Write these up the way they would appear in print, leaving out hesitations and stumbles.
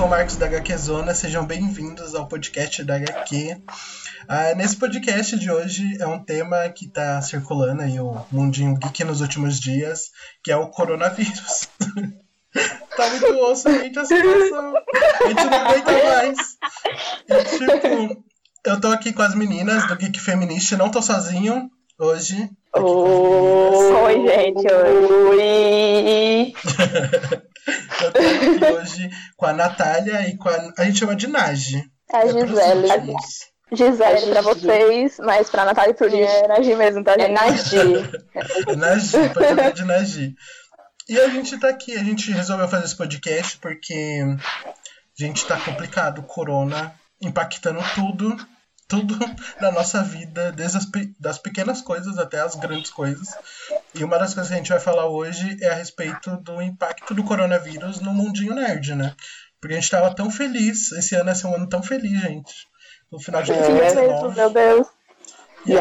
Marcos da HQ Zona, sejam bem-vindos ao podcast da HQ. Nesse podcast de hoje é um tema que está circulando aí o mundinho geek nos últimos dias, que é o coronavírus. Tá muito osso, gente, a situação. A gente não aguenta mais. E, tipo, eu tô aqui com as meninas do Geek Feminist, não tô sozinho hoje. Oi, gente. Oi. Eu tô aqui hoje com a Natália e com a gente chama de Nagi. É Gisele. Gisele pra vocês, mas pra Natália e pro Gui é Nagi mesmo, tá? É Nagi. É Nagi, pode chamar de Nagi. E a gente tá aqui, a gente resolveu fazer esse podcast porque a gente tá complicado, corona impactando tudo na nossa vida, desde das pequenas coisas até as grandes coisas. E uma das coisas que a gente vai falar hoje é a respeito do impacto do coronavírus no mundinho nerd, né? Porque a gente tava tão feliz, esse ano ia ser um ano tão feliz, gente. No final de 2019. Meu Deus. E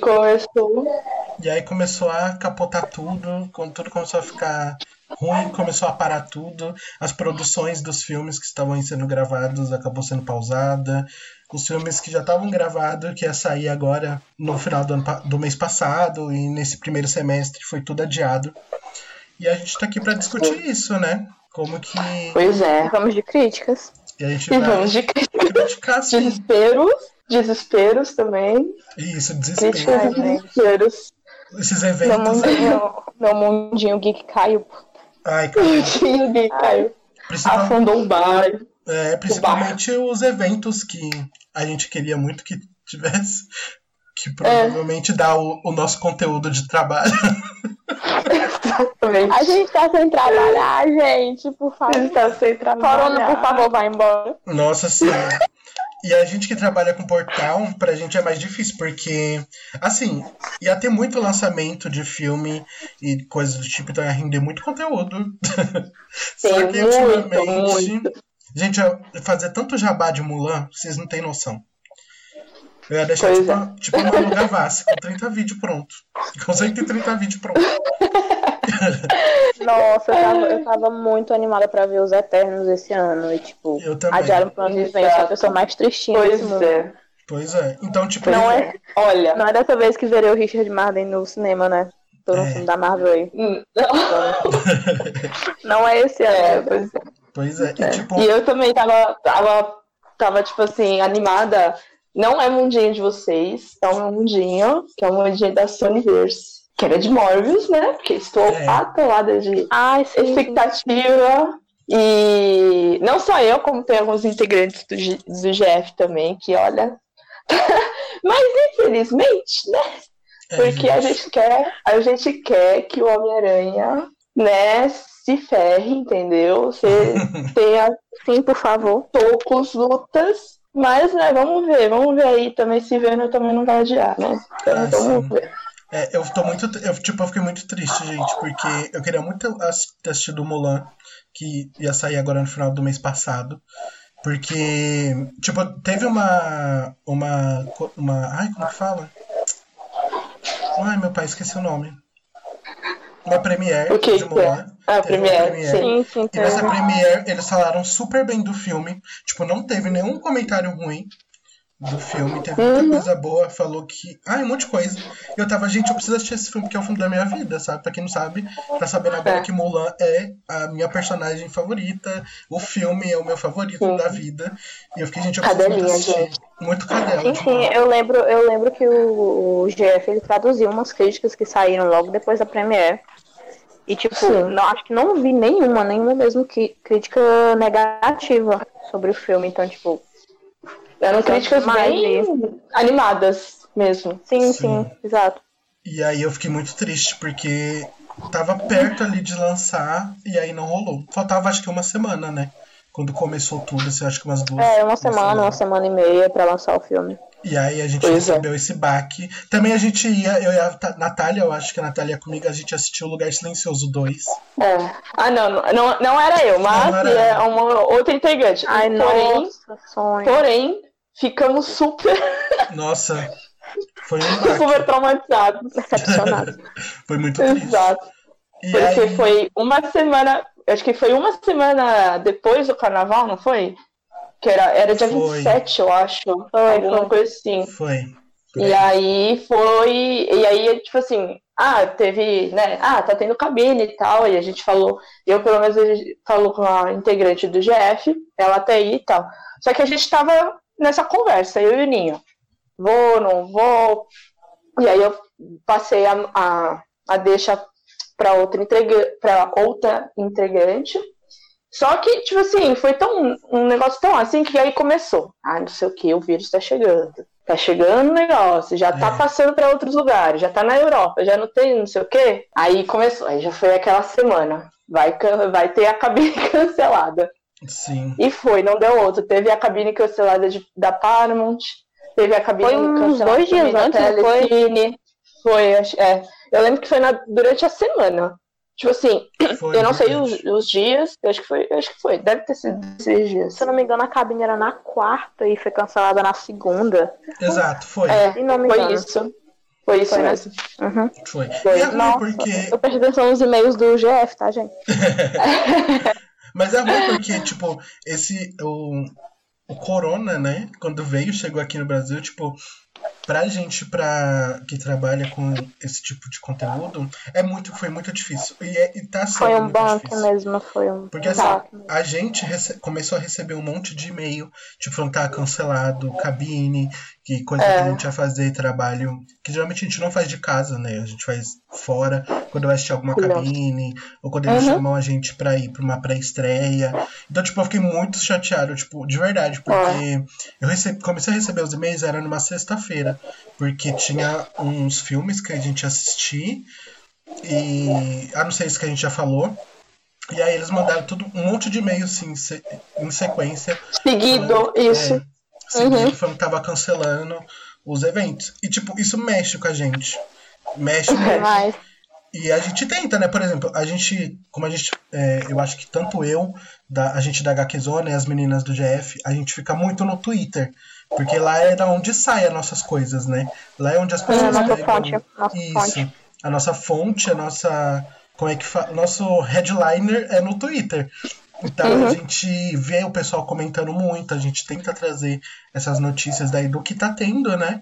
aí começou a capotar tudo, quando tudo começou a ficar ruim, começou a parar tudo. As produções dos filmes que estavam sendo gravados acabou sendo pausada. Os filmes que já estavam gravados, que ia sair agora no final do mês passado e nesse primeiro semestre, foi tudo adiado. E a gente tá aqui pra discutir isso, né? Como que... Pois é. Vamos de críticas. E a gente vai criticar, sim. Desesperos também. Isso, desesperos. Esses eventos Meu mundinho geek caiu. Ai, cara. Mundinho geek caiu. Afundou o bar. Principalmente os eventos que a gente queria muito que tivesse, que provavelmente dá o nosso conteúdo de trabalho. Exatamente. A gente tá sem trabalhar, gente, por favor. A gente tá sem trabalhar. Corona, por favor, vai embora. Nossa senhora. E a gente que trabalha com portal, pra gente é mais difícil, porque, assim, ia ter muito lançamento de filme e coisas do tipo, então ia render muito conteúdo. Só que ultimamente... Gente, fazer tanto jabá de Mulan, vocês não têm noção. Eu ia deixar tipo uma Manu Gavassi, com 30 vídeos pronto. Com 130 vídeos pronto. Nossa, eu tava muito animada pra ver os Eternos esse ano. E, tipo, adiaram pro ano que vem. Eu sou a pessoa mais tristinha desse mundo. Pois é. Então, tipo... Não é dessa vez que verei o Richard Marden no cinema, né? Tô no filme da Marvel aí. Não é esse ano. Pois é. E eu também tava tipo assim, animada. Não é mundinho de vocês, é um mundinho, que é um mundinho da Sonyverse. Que era de Morbius, né? Porque estou atolada de expectativa. E não só eu, como tem alguns integrantes do GF também, que olha... Mas infelizmente, né? Porque a gente quer que o Homem-Aranha, né, se ferre, entendeu? Você tenha, sim, por favor, poucos lutas. Mas, né, vamos ver aí também, se Venom também não vai adiar, né? Então, vamos ver. Eu fiquei muito triste, gente, porque eu queria muito ter assistido o Mulan, que ia sair agora no final do mês passado. Porque, tipo, teve uma ai, como que fala? Ai, meu pai, esqueci o nome. Uma premiere de Mulan. Premiere. Sim. E nessa premiere, eles falaram super bem do filme. Tipo, não teve nenhum comentário ruim do filme. Teve muita coisa boa. Falou que... um monte de coisa. E eu tava, gente, eu preciso assistir esse filme porque é o filme da minha vida, sabe? Pra quem não sabe, tá sabendo agora que Mulan é a minha personagem favorita. O filme é o meu favorito da vida. E eu fiquei, gente, eu preciso muito assistir. Muito cadela. Sim, eu lembro que o GF, ele traduziu umas críticas que saíram logo depois da premiere. E, tipo, acho que não vi nenhuma mesmo crítica negativa sobre o filme. Então, tipo... Eram críticas bem animadas mesmo. Sim, exato. E aí eu fiquei muito triste, porque tava perto ali de lançar e aí não rolou. Faltava acho que uma semana, né? Quando começou tudo, assim, acho que umas duas. Uma semana e meia pra lançar o filme. E aí a gente recebeu esse baque. Também a gente eu e a Natália, eu acho que a Natália ia comigo, a gente assistiu O Lugar Silencioso 2. Não era eu, mas é uma outra integrante. Porém, ficamos super... Nossa, foi um baque. Super traumatizados, decepcionados. Foi muito triste. Exato. Porque foi uma semana... Acho que foi uma semana depois do carnaval, não foi? Que era dia Foi. 27, eu acho. Alguma coisa assim. Foi. E aí foi. E aí, tipo assim, teve, né? Tá tendo cabine e tal. E a gente falou, eu pelo menos falou com a integrante do GF, ela até aí e tal. Só que a gente tava nessa conversa, eu e o Ninho. Vou, não vou. E aí eu passei a deixa para outra integrante. Só que, tipo assim, foi um negócio tão assim que aí começou. Não sei o que, o vírus tá chegando. Tá chegando o negócio, já tá passando para outros lugares, já tá na Europa, já não tem não sei o que. Aí começou, aí já foi aquela semana. Vai ter a cabine cancelada. Sim. E foi, não deu outro. Teve a cabine cancelada da Paramount, teve a cabine cancelada 2 dias da antes, Telecine. Foi, eu lembro que foi durante a semana. Tipo assim, eu não sei os dias, eu acho que foi, deve ter sido esses dias. Se eu não me engano, a cabine era na quarta e foi cancelada na segunda. Exato, foi. Foi isso mesmo. Uhum. Foi. E é ruim porque... Eu prestei atenção nos e-mails do GF, tá, gente? Mas é ruim porque, tipo, o corona, né, quando chegou aqui no Brasil, tipo, pra gente que trabalha com esse tipo de conteúdo, foi muito difícil. E tá sendo foi um muito banco difícil. Mesmo, foi um... Porque assim, a gente começou a receber um monte de e-mail, tipo, falando que tá cancelado, cabine, que coisa que a gente ia fazer, trabalho, que geralmente a gente não faz de casa, né? A gente faz fora, quando vai assistir alguma cabine, ou quando eles chamam a gente pra ir pra uma pré-estreia. Então, tipo, eu fiquei muito chateado, tipo, de verdade, porque eu comecei a receber os e-mails, era numa sexta-feira, porque tinha uns filmes que a gente ia assistir, e não sei se que a gente já falou. E aí eles mandaram um monte de e-mail assim, em sequência. Seguido, falando, isso. Seguido, falando que tava cancelando os eventos. E tipo, isso mexe com a gente. Mexe muito. E a gente tenta, né? Por exemplo, eu acho que tanto a gente da HQzona e as meninas do GF, a gente fica muito no Twitter. Porque lá é da onde saem as nossas coisas, né? Lá é onde as pessoas pegam isso. A nossa fonte, a nossa... Como é que fala? Nosso headliner é no Twitter. Então a gente vê o pessoal comentando muito, a gente tenta trazer essas notícias daí do que tá tendo, né?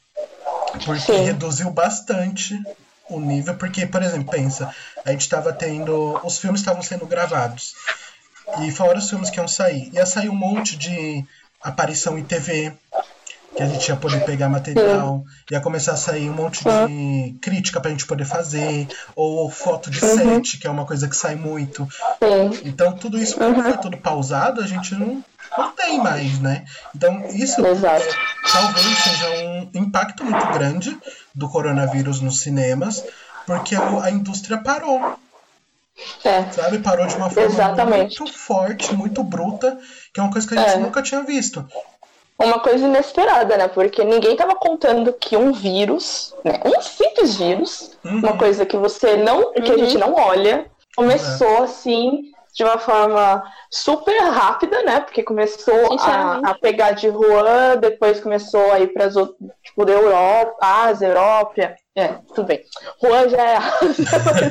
Porque reduziu bastante o nível. Porque, por exemplo, pensa, a gente tava tendo... Os filmes estavam sendo gravados. E fora os filmes que iam sair. Ia sair um monte de aparição em TV, que a gente ia poder pegar material, ia começar a sair um monte de crítica pra gente poder fazer, ou foto de set, que é uma coisa que sai muito. Então tudo isso, como foi tudo pausado, a gente não tem mais, né? Então isso talvez seja um impacto muito grande do coronavírus nos cinemas, porque a indústria parou. Sabe? Parou de uma forma muito forte, muito bruta, que é uma coisa que a gente nunca tinha visto. Uma coisa inesperada, né? Porque ninguém tava contando que um vírus, né? Um simples vírus, uma coisa que que a gente não olha, começou assim de uma forma super rápida, né? Porque começou a pegar de Wuhan, depois começou a ir para as outras, tipo, da Europa, Ásia, Europa. Tudo bem. Wuhan já é Ásia,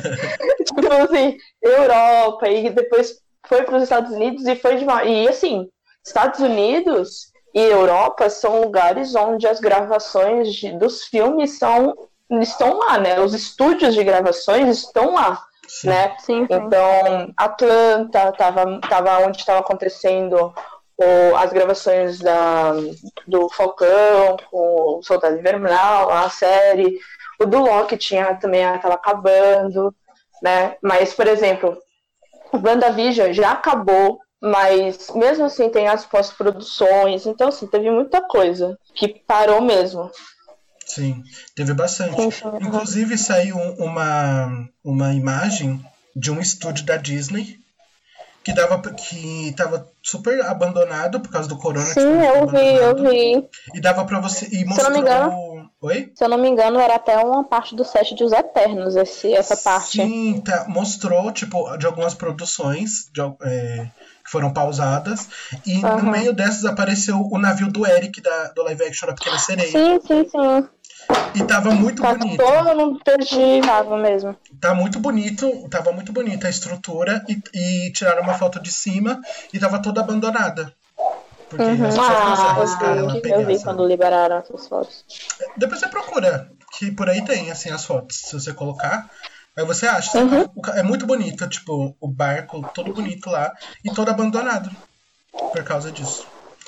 tipo assim, Europa, e depois foi para os Estados Unidos e assim, Estados Unidos e Europa são lugares onde as gravações dos filmes estão lá, né? Os estúdios de gravações estão lá, né? Sim. Então, Atlanta tava onde estava acontecendo as gravações do Falcão, com o Soldado Invernal, a série. O do Loki estava acabando, né? Mas, por exemplo, o WandaVision já acabou, mas mesmo assim tem as pós-produções, então assim, teve muita coisa que parou mesmo. Sim, teve bastante. Inclusive saiu uma imagem de um estúdio da Disney que tava super abandonado por causa do corona. Sim, eu vi. E dava pra você... E mostrou... Se eu não me engano, Oi? Se eu não me engano, era até uma parte do set dos Eternos, essa parte. Sim, mostrou, tipo, de algumas produções que foram pausadas. E no meio dessas apareceu o navio do Eric, do live action da Pequena Sereia. Sim. E tava muito bonito. Todo mundo perdido. Tava mesmo. Tava muito bonita a estrutura e tiraram uma foto de cima e tava toda abandonada. Porque as pessoas não se arriscaram a pegar, eu vi sabe? quando liberaram essas fotos. Depois você procura, que por aí tem, assim, as fotos. Se você colocar, aí você acha. É muito bonito, tipo, o barco todo bonito lá e todo abandonado por causa disso.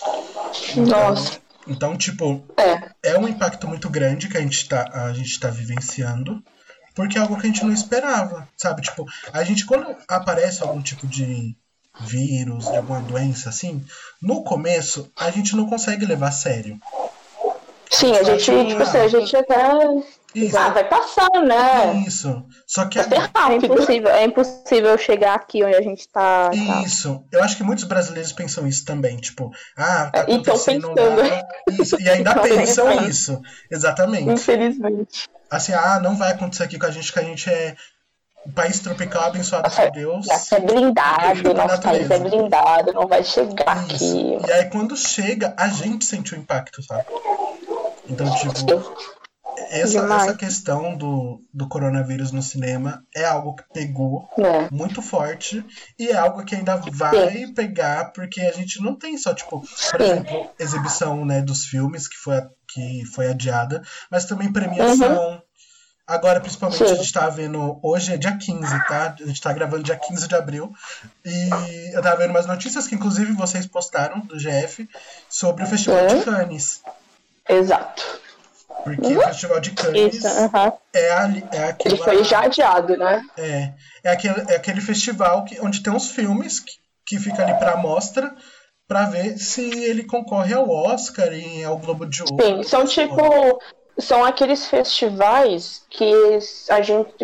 Nossa. Então, tipo, é um impacto muito grande que a gente tá vivenciando, porque é algo que a gente não esperava, sabe? Tipo, a gente, quando aparece algum tipo de vírus, de alguma doença, assim, no começo, a gente não consegue levar a sério. Sim, a gente, tipo assim, a gente até... Isso. vai passar, né? Isso. Só que É rápido. É impossível chegar aqui onde a gente tá. Isso. Eu acho que muitos brasileiros pensam isso também. Tipo, tá E tão acontecendo pensando. lá. Isso. E ainda pensam isso. Exatamente. Infelizmente. Assim, não vai acontecer aqui com a gente, que a gente é um país tropical abençoado por Deus. É blindado, nosso país é blindado, não vai chegar Isso. aqui. E aí quando chega, a gente sente o impacto, sabe? Então, tipo, essa questão do coronavírus no cinema é algo que pegou muito forte e é algo que ainda vai pegar, porque a gente não tem só, tipo, por exemplo, exibição, né, dos filmes que foi adiada, mas também premiação. Agora, principalmente, a gente tá vendo... Hoje é dia 15, tá? A gente tá gravando dia 15 de abril. E eu tava vendo umas notícias que, inclusive, vocês postaram, do GF, sobre o Festival de Cannes. Exato. Porque o Festival de Cannes é aquele... Ele foi já adiado, né? É aquele festival onde tem uns filmes que fica ali pra mostra, pra ver se ele concorre ao Oscar e ao Globo de Ouro. Sim, são tipo... São aqueles festivais que a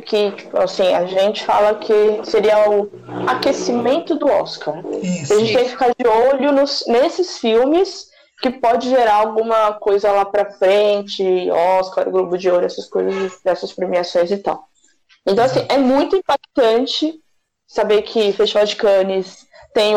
gente fala que seria o aquecimento do Oscar. Isso. A gente tem que ficar de olho nesses filmes que pode gerar alguma coisa lá pra frente, Oscar, Globo de Ouro, essas coisas, essas premiações e tal. Então, assim, é muito impactante saber que Festival de Cannes tem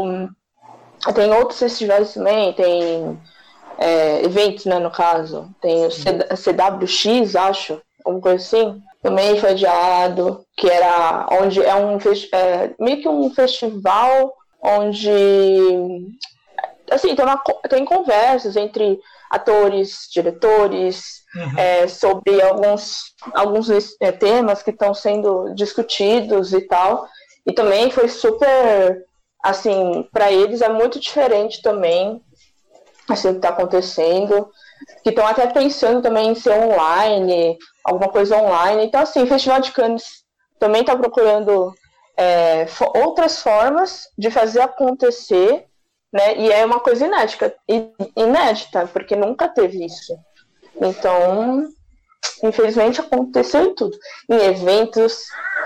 outros festivais também, tem... eventos, né, no caso. Tem o CWX, acho, alguma coisa assim. Também foi adiado, que era onde meio que um festival onde assim, tem conversas entre atores, diretores, sobre alguns temas que estão sendo discutidos e tal. E também foi super, assim, para eles é muito diferente também assim, o que está acontecendo, que estão até pensando também em ser online, alguma coisa online. Então, assim, o Festival de Cannes também está procurando outras formas de fazer acontecer, né? E é uma coisa inédita, porque nunca teve isso. Então, infelizmente, aconteceu em tudo. Em eventos,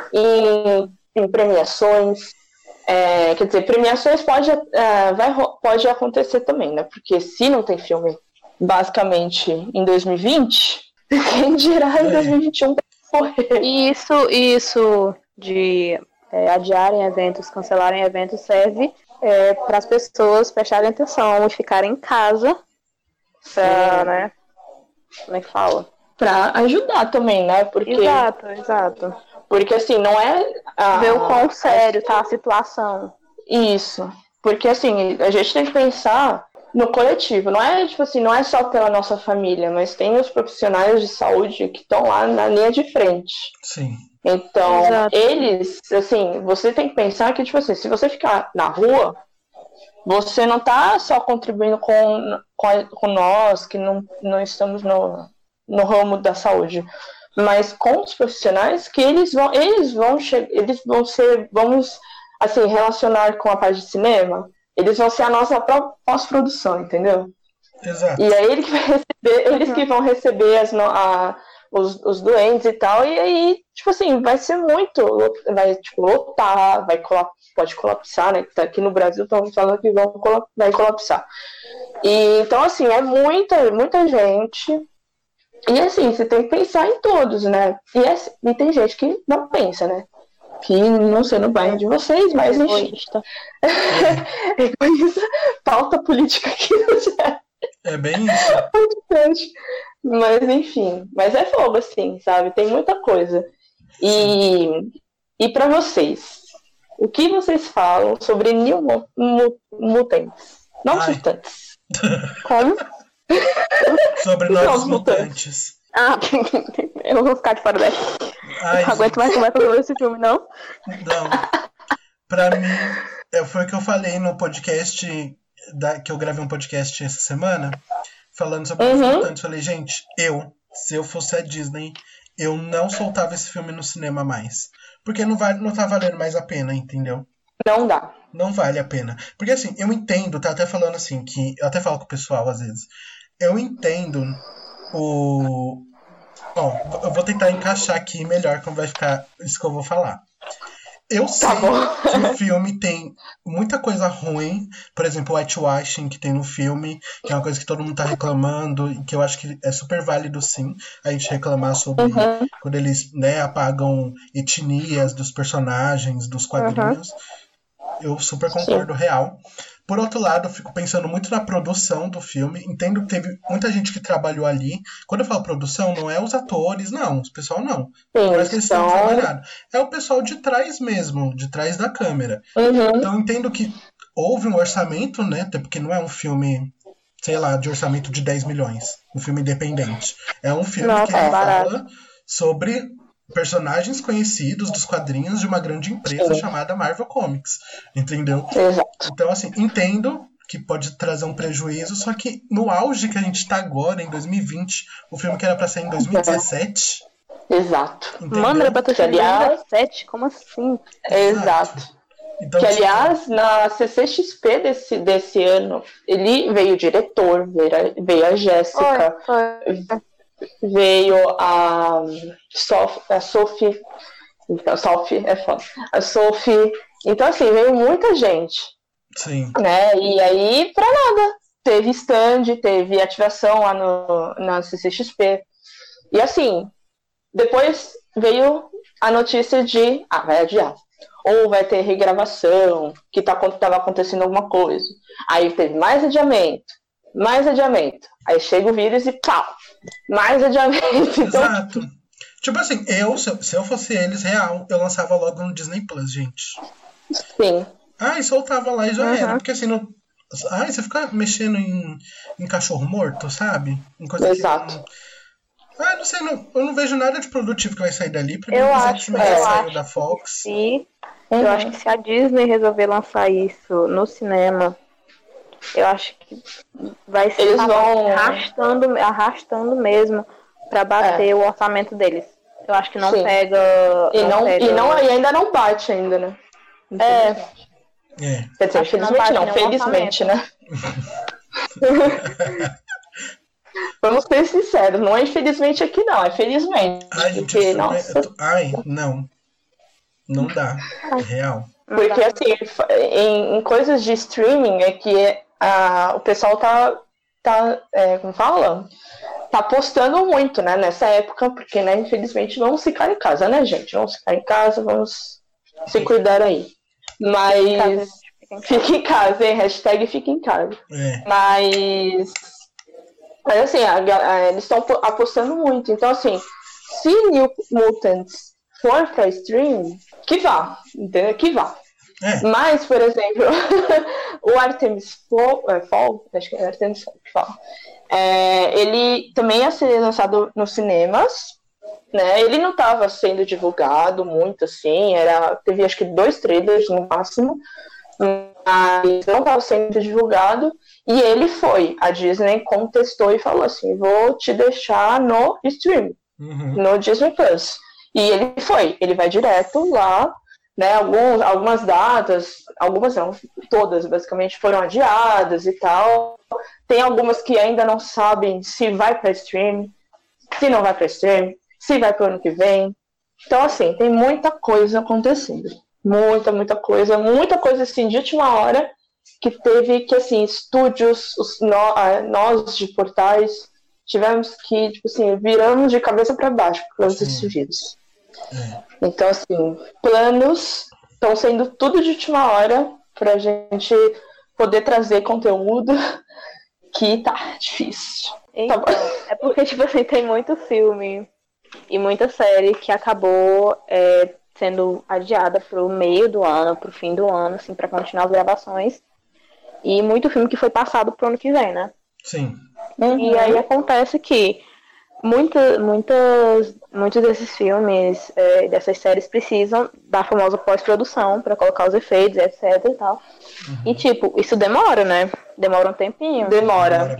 em premiações. Quer dizer, premiações pode acontecer também, né? Porque se não tem filme, basicamente, em 2020, quem dirá em 2021 correr. E isso de adiarem eventos, cancelarem eventos, serve para as pessoas prestarem atenção e ficarem em casa pra, né? Como é que fala? Pra ajudar também, né? Porque... Exato. Porque, assim, não é... ver o quão sério tá a situação. Isso. Porque, assim, a gente tem que pensar no coletivo. Não é, tipo assim, não é só pela nossa família, mas tem os profissionais de saúde que estão lá na linha de frente. Sim. Então, eles, assim, você tem que pensar que, tipo assim, se você ficar na rua, você não tá só contribuindo com nós, que não estamos no ramo da saúde, mas com os profissionais que vamos assim, relacionar com a parte de cinema, eles vão ser a nossa própria pós-produção, entendeu? Exato. E aí eles que vão receber os doentes e tal, e aí, tipo assim, vai ser muito, vai tipo, lotar, pode colapsar, né? Aqui no Brasil estão falando que vai colapsar. E, então, assim, é muita gente. E assim, você tem que pensar em todos, né? E tem gente que não pensa, né? Que não sei no bairro de vocês, mas egoísta. Egoísta. Pauta política aqui no chat. É bem isso. Mas enfim, mas é fogo, assim, sabe? Tem muita coisa. E pra vocês, o que vocês falam sobre New Mutants? Novos Ai. Mutantes. Como? Sobre Novos Mutantes. Eu vou ficar de fora dessa. Ai, Não aguento mais conversar sobre esse filme, não. não. Pra mim, foi o que eu falei no podcast, que eu gravei um podcast essa semana, falando sobre Novos Mutantes. Falei, gente, se eu fosse a Disney, eu não soltava esse filme no cinema mais. Porque não tá valendo mais a pena, entendeu? Não dá. Não vale a pena. Porque assim, eu entendo, tá até falando assim, que eu até falo com o pessoal às vezes. Eu entendo o. Ó, eu vou tentar encaixar aqui melhor como vai ficar isso que eu vou falar. Eu sei que o filme tem muita coisa ruim, por exemplo, o whitewashing que tem no filme, que é uma coisa que todo mundo tá reclamando, e que eu acho que é super válido sim, a gente reclamar sobre quando eles, né, apagam etnias dos personagens, dos quadrinhos. Eu super concordo, real. Por outro lado, eu fico pensando muito na produção do filme. Entendo que teve muita gente que trabalhou ali. Quando eu falo produção, não é os atores, não. Os pessoal não. Parece que eles têm trabalhado. É o pessoal de trás mesmo, de trás da câmera. Então eu entendo que houve um orçamento, né? Até porque não é um filme, sei lá, de orçamento de 10 milhões. Um filme independente. É um filme que ele fala sobre personagens conhecidos dos quadrinhos de uma grande empresa chamada Marvel Comics, entendeu? Exato. Então, assim, entendo que pode trazer um prejuízo, só que no auge que a gente tá agora, em 2020, o filme que era pra sair em 2017... Exato. Entendeu? Mano, era pra ter sido em 2017? Como assim? Exato. Então, que, aliás, na CCXP desse ano, ele veio o diretor, veio a Jéssica, veio a Sophie. Então, Sophie é foda. A Sophie. Então, assim, veio muita gente. Sim. Né? E aí, pra nada. Teve stand, teve ativação lá na CCXP. E assim, depois veio a notícia de vai adiar. Ou vai ter regravação, que tava acontecendo alguma coisa. Aí teve mais adiamento. Aí chega o vírus e pau! Mais adiamento. Exato. Tipo assim, se eu fosse eles, real, eu lançava logo no Disney Plus, gente. Sim. E soltava lá e já era. Porque assim, você fica mexendo em cachorro morto, sabe? Em coisa Exato. Que não sei, eu não vejo nada de produtivo que vai sair dali. Primeiro Eu que acho saiu da Fox. Eu acho que se a Disney resolver lançar isso no cinema, eu acho que vai ser arrastando mesmo pra bater o orçamento deles. Eu acho que não pega. E ainda não bate ainda, né? Quer dizer, infelizmente não, felizmente, né? Vamos ser sinceros, não é infelizmente aqui não, é felizmente. Gente, não dá, é real. Porque assim, em coisas de streaming é que o pessoal tá como fala? Tá apostando muito, né, nessa época, porque, né, infelizmente vamos ficar em casa, né, gente? Vamos ficar em casa, vamos se cuidar aí. Mas fica em casa, hein? Hashtag fica em casa. Mas assim, eles estão apostando muito. Então, assim, se New Mutants for pra stream, que vá, entendeu? Que vá. Mas, por exemplo, o Artemis Fowl, acho que é Artemis Fowl que fala, ele também ia ser lançado nos cinemas, né? Ele não estava sendo divulgado muito, assim, teve acho que 2 trailers no máximo, mas não estava sendo divulgado, e ele foi. A Disney contestou e falou assim, vou te deixar no stream, no Disney Plus. E ele vai direto lá, né? Algumas datas, algumas não, todas basicamente foram adiadas e tal. Tem algumas que ainda não sabem se vai para stream, se não vai para stream, se vai para o ano que vem. Então, assim, tem muita coisa acontecendo. Muita coisa assim de última hora que teve que, assim, estúdios, nós de portais, tivemos que, tipo assim, viramos de cabeça para baixo por causa desses vírus. Então, assim, planos estão sendo tudo de última hora pra gente poder trazer conteúdo que tá difícil. Então, é porque, tipo assim, tem muito filme e muita série que acabou sendo adiada pro meio do ano, pro fim do ano, assim, pra continuar as gravações. E muito filme que foi passado pro ano que vem, né? Sim. E aí acontece que muitos desses filmes, dessas séries, precisam da famosa pós-produção para colocar os efeitos, etc e tal. E, tipo, isso demora, né? Demora um tempinho. Demora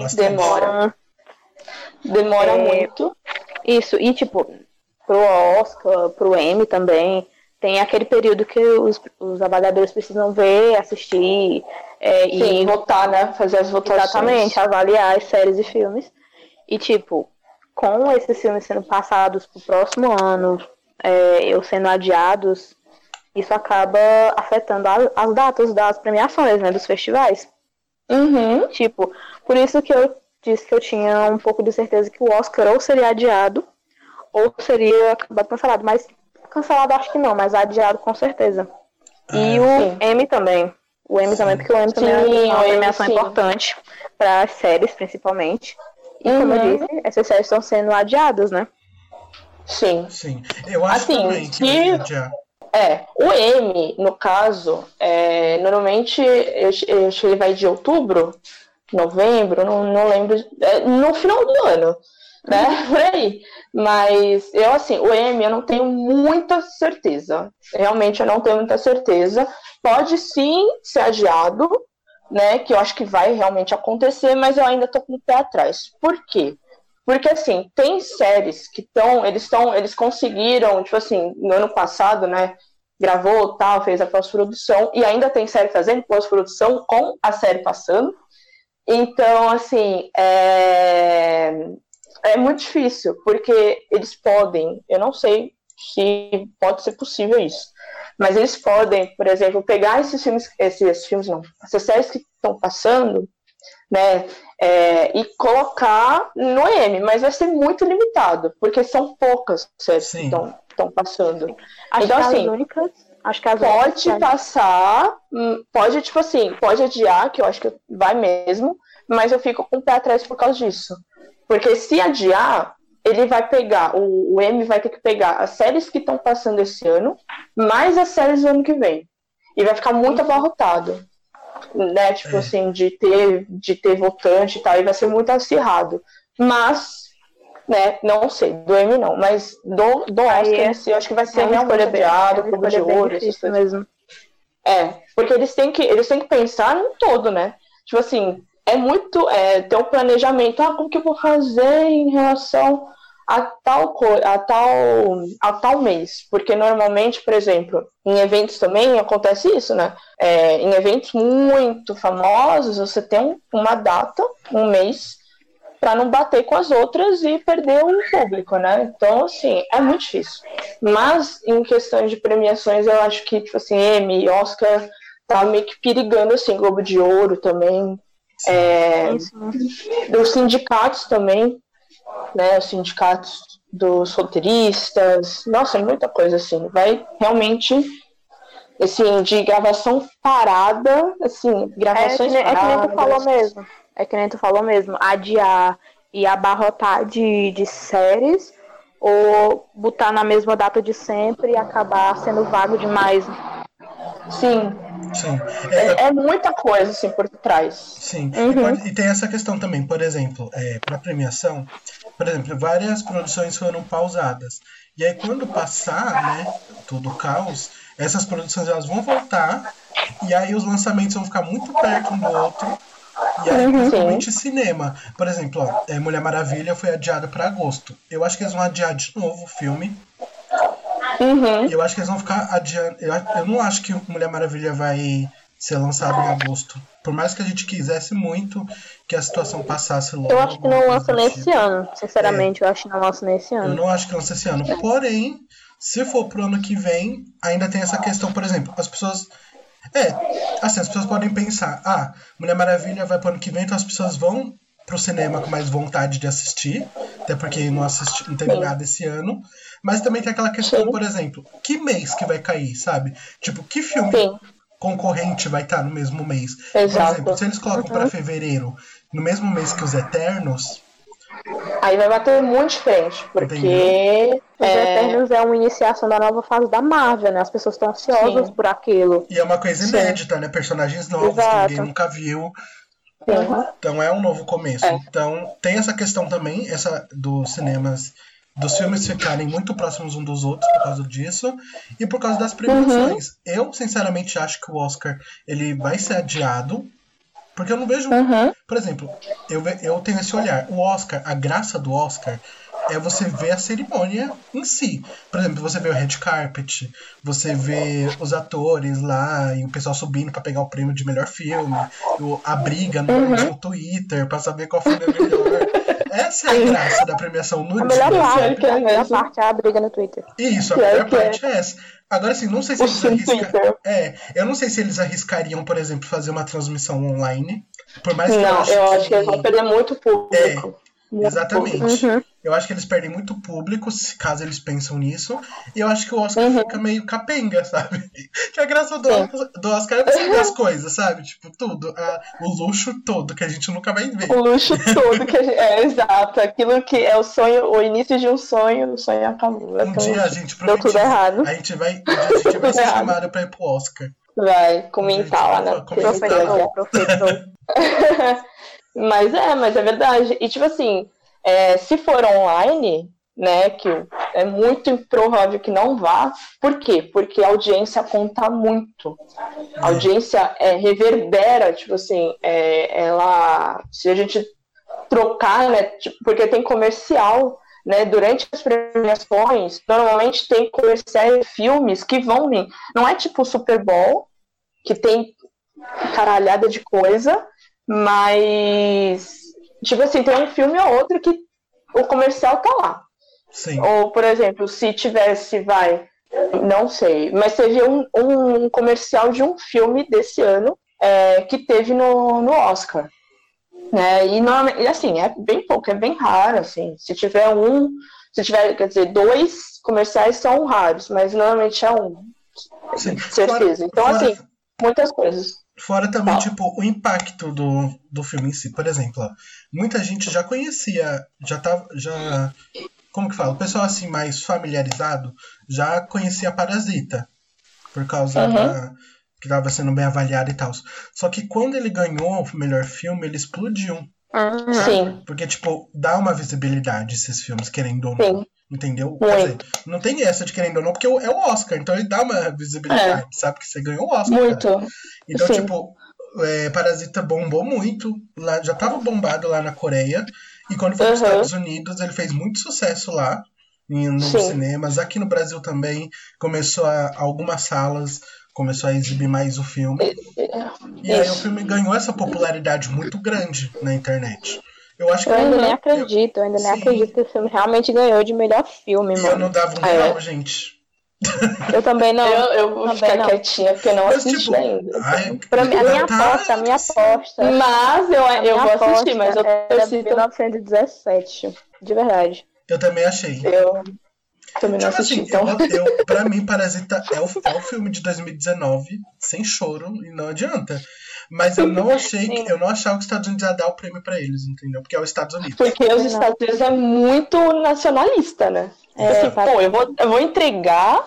muito. Isso, e, tipo, pro Oscar, pro Emmy também, tem aquele período que os avaliadores precisam ver, assistir... e votar, né? Fazer as votações. Exatamente, avaliar as séries e filmes. E, tipo, com esses filmes sendo passados pro próximo ano, ou sendo adiados, isso acaba afetando as datas das premiações, né? Dos festivais. Tipo, por isso que eu disse que eu tinha um pouco de certeza que o Oscar ou seria adiado, ou seria acabado cancelado. Mas cancelado acho que não, mas adiado com certeza. E o Emmy também. O Emmy também, porque o Emmy também é uma premiação importante para as séries, principalmente. E como eu disse, essas séries estão sendo adiadas, né? Sim. Eu acho também que vai adiar. O Emmy, no caso, normalmente eu acho que ele vai de outubro, novembro, não lembro, no final do ano, né? Por aí. Mas eu, assim, o Emmy eu não tenho muita certeza. Realmente eu não tenho muita certeza. Pode sim ser adiado, né? Que eu acho que vai realmente acontecer, mas eu ainda tô com o pé atrás. Por quê? Porque, assim, tem séries que eles conseguiram, tipo assim, no ano passado, né? Gravou, tal, fez a pós-produção, e ainda tem série fazendo pós-produção com a série passando. Então, assim, é muito difícil, porque eles podem, eu não sei se pode ser possível isso, mas eles podem, por exemplo, pegar essas séries que estão passando, né, e colocar no Emmy, mas vai ser muito limitado, porque são poucas séries que estão passando. Acho então, que assim, as únicas, acho que as pode passar, pode, tipo assim, pode adiar, que eu acho que vai mesmo, mas eu fico com o pé atrás por causa disso. Porque se adiar, ele vai pegar, o Emmy vai ter que pegar as séries que estão passando esse ano, mais as séries do ano que vem. E vai ficar muito abarrotado, né? Tipo assim, de ter votante e tal, e vai ser muito acirrado. Mas, né, não sei, do Emmy não, mas do Oscar, eu acho que vai ser realmente adiado, Globo de Ouro, essas coisas. Mesmo. Porque eles têm que pensar no todo, né? Tipo assim, é muito ter um planejamento, como que eu vou fazer em relação a tal mês, porque normalmente, por exemplo, em eventos também acontece isso, né? Em eventos muito famosos, você tem uma data, um mês, para não bater com as outras e perder o público, né? Então, assim, é muito difícil. Mas, em questões de premiações, eu acho que, tipo assim, Emmy, Oscar, tá meio que perigando, assim, Globo de Ouro também. Dos sindicatos também, né? Os sindicatos dos roteiristas. Nossa, muita coisa, assim. Vai realmente, assim, de gravação parada, assim, gravações paradas. É que nem tu falou mesmo. É que nem tu falou mesmo, adiar e abarrotar de séries, ou botar na mesma data de sempre e acabar sendo vago demais. Sim. É muita coisa, assim, por trás. Sim, e tem essa questão também, por exemplo, para premiação, por exemplo, várias produções foram pausadas. E aí quando passar, né, todo o caos, essas produções elas vão voltar, e aí os lançamentos vão ficar muito perto um do outro. E aí, principalmente cinema. Por exemplo, Mulher Maravilha foi adiada para agosto. Eu acho que eles vão adiar de novo o filme. E eu acho que eles vão ficar adiando. Eu não acho que Mulher Maravilha vai ser lançado em agosto. Por mais que a gente quisesse muito que a situação passasse logo. Eu acho que não lança nesse ano. Sinceramente, eu acho que não lança nesse ano. Eu não acho que lança esse ano. Porém, se for pro ano que vem, ainda tem essa questão, por exemplo, as pessoas... assim, as pessoas podem pensar, Mulher Maravilha vai pro ano que vem, então as pessoas vão pro cinema com mais vontade de assistir, até porque não teve nada esse ano, mas também tem aquela questão, por exemplo, que mês que vai cair, sabe? Tipo, que filme concorrente vai estar no mesmo mês? Exato. Por exemplo, se eles colocam pra fevereiro, no mesmo mês que os Eternos... Aí vai bater muito diferente, porque Os Eternos é uma iniciação da nova fase da Marvel, né? As pessoas estão ansiosas por aquilo. E é uma coisa inédita, né? Personagens novos que ninguém nunca viu. Então é um novo começo. Então tem essa questão também, essa dos cinemas, dos filmes ficarem muito próximos uns dos outros por causa disso e por causa das premiações. Eu, sinceramente, acho que o Oscar ele vai ser adiado, porque eu não vejo... Por exemplo, eu tenho esse olhar. O Oscar, a graça do Oscar é você ver a cerimônia em si. Por exemplo, você vê o red carpet, você vê os atores lá e o pessoal subindo pra pegar o prêmio de melhor filme, a briga no Twitter pra saber qual filme é melhor. Essa é a graça da premiação no dia. A melhor parte é a briga no Twitter. Isso, a melhor parte é essa. Agora, assim, não sei se eles arriscariam. Eu não sei se eles arriscariam, por exemplo, fazer uma transmissão online. Por mais que eu acho que eles vão perder muito público. Exatamente. Eu acho que eles perdem muito público, caso eles pensam nisso. E eu acho que o Oscar fica meio capenga, sabe? Que a graça do Oscar é você ver as coisas, sabe? Tipo, tudo. O luxo todo que a gente nunca vai ver. O luxo todo que a gente... exato. Aquilo que é o sonho, o início de um sonho, o sonho acabou. Um dia a gente deu tudo errado. A gente vai ser chamado pra ir pro Oscar. Vai comentar lá na Professor. Mas é verdade. E tipo assim, se for online, né, que é muito improvável que não vá. Por quê? Porque a audiência conta muito. A audiência reverbera, tipo assim, ela, se a gente trocar, né, tipo, porque tem comercial, né, durante as premiações, normalmente tem comerciais de filmes que vão vir. Não é tipo o Super Bowl, que tem caralhada de coisa, mas, tipo assim, tem um filme ou outro que o comercial tá lá. Sim. Ou, por exemplo, se tivesse, não sei, mas teve um comercial de um filme desse ano que teve no Oscar. Né? E assim, é bem pouco, é bem raro, assim. Se tiver, quer dizer, 2 comerciais são raros, mas normalmente é um. Sim. Certeza. Então, assim, muitas coisas. Fora também, tipo, o impacto do filme em si. Por exemplo, ó, muita gente já conhecia, como que fala? O pessoal, assim, mais familiarizado já conhecia Parasita, por causa que estava sendo bem avaliado e tal. Só que quando ele ganhou o melhor filme, ele explodiu. Sim. Porque, tipo, dá uma visibilidade esses filmes, querendo ou não. Sim. Entendeu? Quer dizer, não tem essa de querendo ou não, porque é o Oscar, então ele dá uma visibilidade, sabe? Que você ganhou o Oscar. Muito. Cara. Então, Sim. tipo, Parasita bombou muito, lá, já tava bombado lá na Coreia, e quando foi para os Estados Unidos, ele fez muito sucesso lá, nos cinemas. Aqui no Brasil também, algumas salas começou a exibir mais o filme. E aí o filme ganhou essa popularidade muito grande na internet. Eu ainda nem acredito que o filme realmente ganhou de melhor filme, mano. Eu não dava um real, gente. Eu também não. Eu vou ficar quietinha, porque eu não assisti ainda. Pra mim, a minha aposta. Mas eu vou assistir, mas eu cito 1917, de verdade. Eu também achei. Eu também não tipo assisti, assim, então. Pra mim, Parasita é o filme de 2019, sem choro, e não adianta. Mas eu não achava que os Estados Unidos ia dar o prêmio pra eles, entendeu? Porque é os Estados Unidos. Porque os Estados Unidos é muito nacionalista, né? Eu vou entregar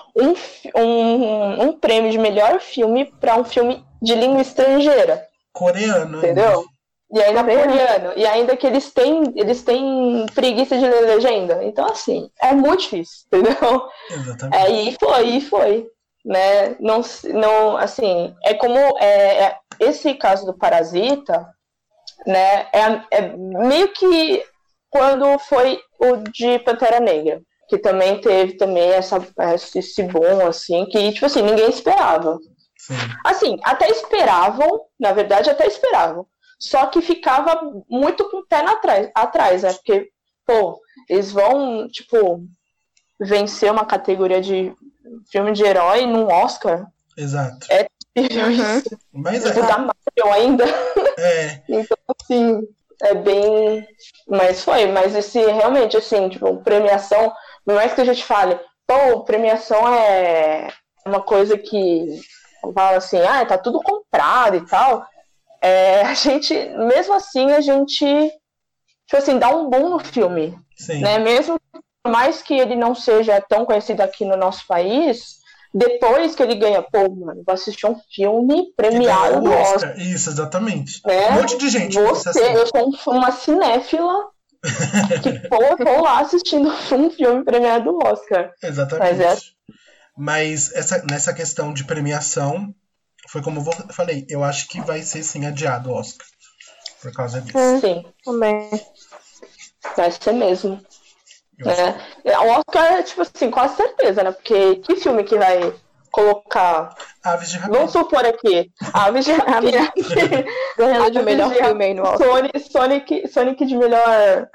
um prêmio de melhor filme pra um filme de língua estrangeira. Coreano. Entendeu? E ainda coreano. E ainda que eles têm preguiça de ler legenda. Então, assim, é muito difícil, entendeu? Exatamente. E foi. Né? Não, assim, é como esse caso do Parasita, né? É meio que quando foi o de Pantera Negra, que também teve esse boom, assim, que, tipo assim, ninguém esperava. Sim. Assim, até esperavam, na verdade, só que ficava muito com o pé atrás, né? Porque, eles vão, tipo, vencer uma categoria de filme de herói num Oscar. Exato. É terrível isso. Mas da Marvel ainda. Então, assim, é bem... Mas esse, realmente, assim, tipo, premiação, por mais que a gente fale, premiação é uma coisa que fala assim, tá tudo comprado e tal. A gente, mesmo assim, tipo assim, dá um boom no filme. Sim. Né? Mesmo mais que ele não seja tão conhecido aqui no nosso país, depois que ele ganha, pô, mano, vou assistir um filme premiado no Oscar. Isso, exatamente. Né? Um monte de gente. Eu sou uma cinéfila que, pô, tô lá assistindo um filme premiado no Oscar. Exatamente. Mas nessa questão de premiação, foi como eu falei, eu acho que vai ser sim adiado o Oscar. Por causa disso. Sim, também. Vai ser mesmo. O Oscar é, tipo assim, quase certeza, né? Porque que filme que vai colocar... Aves de Rapina. Vamos supor aqui. Aves de Rapina. Ganhando de melhor filme aí no Oscar. Sonic de melhor...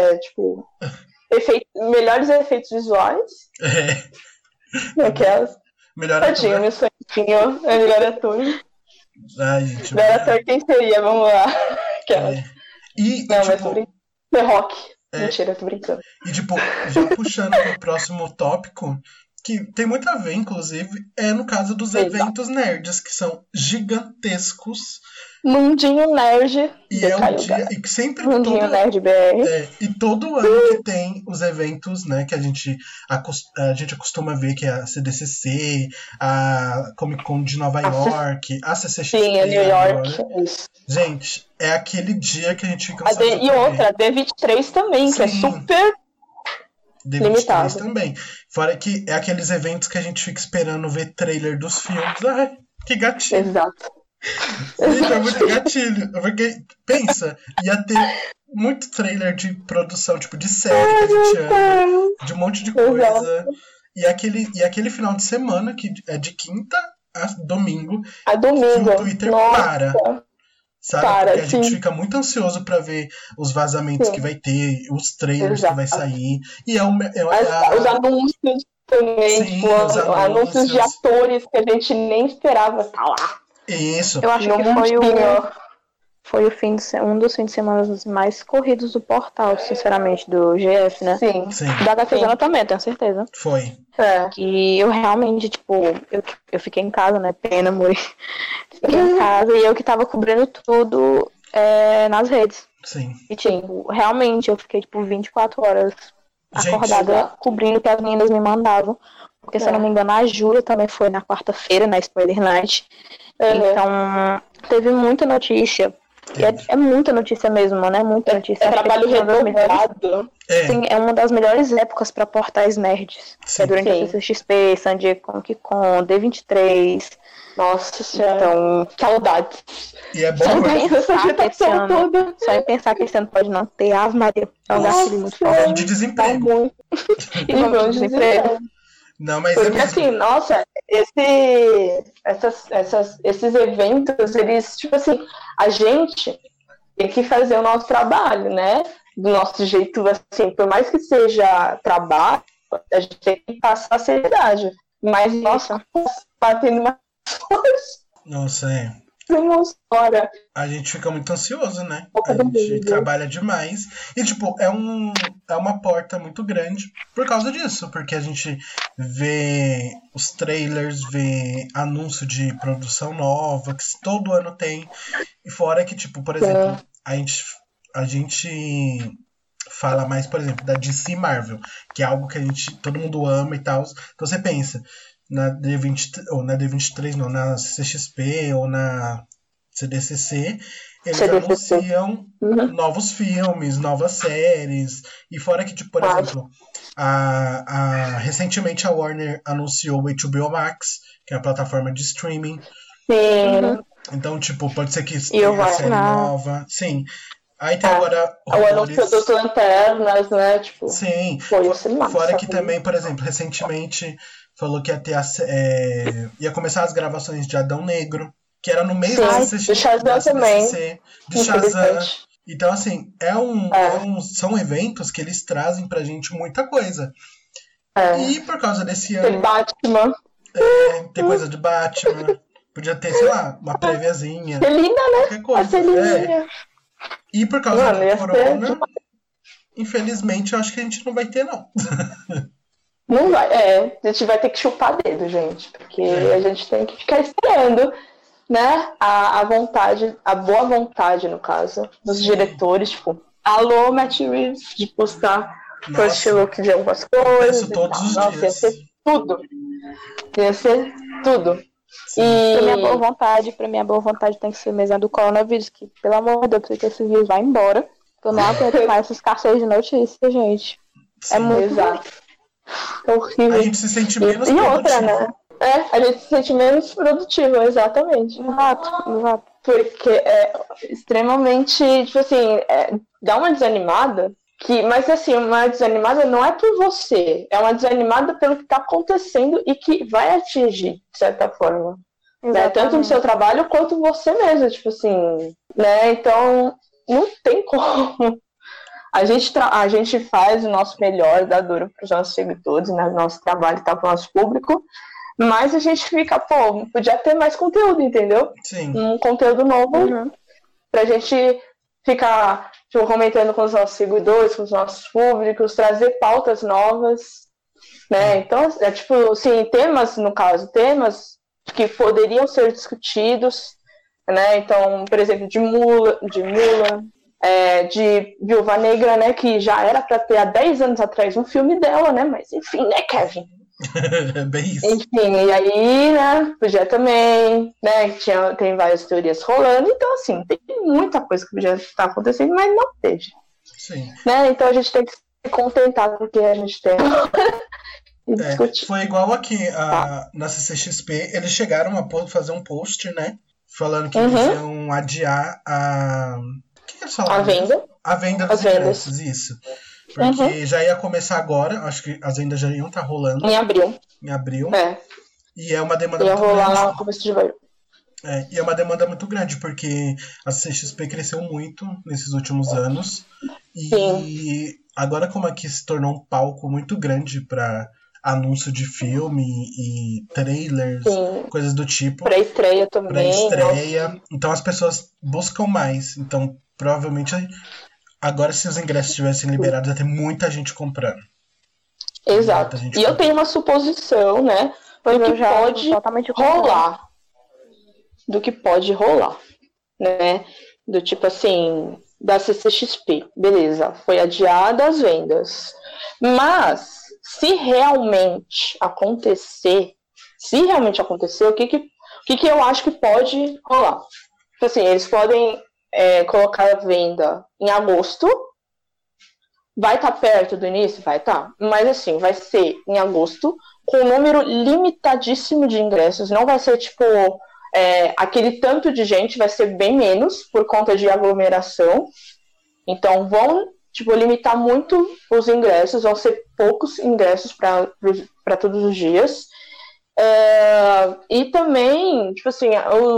melhores efeitos visuais. Aquelas. Melhor ator. Tadinho, meu Soniczinho. É melhor ator. Ai, gente. Melhor ator, quem seria? Vamos lá. The Rock. Mentira, eu tô brincando. E, tipo, já puxando pro próximo tópico, que tem muito a ver, inclusive, no caso dos eventos nerds, que são gigantescos. Mundinho Nerd. E é um dia. E que sempre. Mundinho Nerd BR. E todo ano que tem os eventos, né, que a gente acostuma ver, que é a CDCC, a Comic Con de Nova York, a CCXP. Sim, a New York. Gente, é aquele dia que a gente fica... E outra, a D23 também, que é super D23 limitado. Também. Fora que é aqueles eventos que a gente fica esperando ver trailer dos filmes. Ai, que gatilho. Exato. Gente, é muito gatilho. Porque, pensa, ia ter muito trailer de produção, tipo, de série que a gente ama, de um monte de coisa. Exato. E aquele final de semana, que é de quinta a domingo, que o Twitter para. Sabe? Porque a gente fica muito ansioso pra ver os vazamentos que vai ter, os trailers que vai sair. E os anúncios também, sim, os anúncios de atores que a gente nem esperava estar lá. Isso. Eu acho que foi um dos fins de semana mais corridos do portal, sinceramente, do GF, né? Sim. Da HQzona também, tenho certeza. Foi. Que eu realmente, tipo, eu fiquei em casa, né? Pena, amor. Fiquei em casa e eu que tava cobrindo tudo nas redes. Sim. E, tipo, realmente eu fiquei, tipo, 24 horas acordada cobrindo o que as meninas me mandavam. Porque, se eu não me engano, a Júlia também foi na quarta-feira, na Spoiler Night. Então, teve muita notícia. É muita notícia mesmo, né? Muita notícia. É trabalho redobrado. Sim, é uma das melhores épocas para portais nerds. Sim. É durante a CCXP, San Diego Comic Con, D23. Nossa senhora. Então, saudades. E é bom só em pensar que esse ano pode não ter Ave Maria. É um gatilho muito forte. De desemprego. E vamos de desemprego. Não, mas porque assim, nossa, esses eventos, eles, tipo assim, a gente tem que fazer o nosso trabalho, né? Do nosso jeito, assim, por mais que seja trabalho, a gente tem que passar a seriedade. Mas, nossa, batendo mais forte. Nossa, A gente fica muito ansioso, né? A gente trabalha demais. E, tipo, é uma porta muito grande por causa disso. Porque a gente vê os trailers, vê anúncio de produção nova, que todo ano tem. E fora que, tipo, por exemplo, a gente fala mais, por exemplo, da DC Marvel, que é algo que todo mundo ama e tal. Então você pensa... na D23 não, na CCXP ou na CDCC, eles anunciam novos filmes, novas séries, e fora que, tipo, por exemplo, recentemente a Warner anunciou o HBO Max, que é a plataforma de streaming. Sim. Então, tipo, pode ser que tenha série nova. Sim. Aí tem agora o anúncio dos Lanternas, né? Tipo, sim. Massa, fora que também, por exemplo, recentemente falou que ia começar as gravações de Adão Negro, que era no mês da CCXP, de Shazam também. De Shazam. Então, assim, são eventos que eles trazem pra gente muita coisa. E por causa desse ano... Tem Batman. Tem coisa de Batman. Podia ter, sei lá, uma préviazinha. Celina, né? Qualquer coisa. E por causa da corona, infelizmente, eu acho que a gente não vai ter, não. Não vai, a gente vai ter que chupar dedo, gente, porque a gente tem que ficar esperando, né, a vontade, a boa vontade, no caso, dos diretores, tipo, alô, Matt Reeves, de postar first look de algumas coisas. Penso todos os Nossa, dias. ia ser tudo. Ia ser tudo. E pra minha boa vontade tem que ser mesmo a do coronavírus, que, pelo amor de Deus, que esse vírus vai embora. Eu não aguento mais essa escassez de notícias, gente. Sim. É muito Exato. É horrível. A gente se sente menos e produtivo. outra, né? A gente se sente menos produtivo, exatamente. Exato. Porque é extremamente, tipo assim, dá uma desanimada, mas assim, uma desanimada não é por você, é uma desanimada pelo que tá acontecendo e que vai atingir, de certa forma. Né? Tanto no seu trabalho quanto você mesmo, tipo assim, né? Então, não tem como. A gente faz o nosso melhor, dá duro para os nossos seguidores, né? O nosso trabalho tá para o nosso público, mas a gente fica, podia ter mais conteúdo, entendeu? Sim. Um conteúdo novo pra gente ficar comentando com os nossos seguidores, com os nossos públicos, trazer pautas novas, né? Então, tipo, assim, temas que poderiam ser discutidos, né? Então, por exemplo, de Mula, de Viúva Negra, né? Que já era para ter há 10 anos atrás um filme dela, né? Mas enfim, né, Kevin? Bem isso. Enfim, e aí, né, podia também, né, tem várias teorias rolando, então assim, tem muita coisa que podia estar acontecendo, mas não teve. Sim. Né, então a gente tem que se contentar com o que a gente tem e discutir. Foi igual aqui na CCXP, eles chegaram a fazer um post, né, falando que eles iam adiar o que eles falaram? A venda. A venda dos ingressos, isso. Porque já ia começar agora, acho que as vendas já iam estar rolando. Em abril. E é uma demanda ia muito rolar grande. lá no começo de maio. E é uma demanda muito grande, porque a CXP cresceu muito nesses últimos anos. E agora, como aqui se tornou um palco muito grande para anúncio de filme e trailers, coisas do tipo. Pra estreia também. Então as pessoas buscam mais. Então, provavelmente, agora se os ingressos estivessem liberados, ia ter muita gente comprando. Exato. E eu tenho uma suposição, né, do que pode rolar. Do que pode rolar, né? Do tipo assim, da CCXP, beleza, foi adiada as vendas. Mas, se realmente acontecer, o que eu acho que pode rolar? Tipo assim, eles podem colocar a venda em agosto. Vai estar perto do início? Vai estar. Mas assim, vai ser em agosto, com um número limitadíssimo de ingressos. Não vai ser tipo aquele tanto de gente, vai ser bem menos por conta de aglomeração. Então vão limitar muito os ingressos, vão ser poucos ingressos para todos os dias. E também, tipo assim,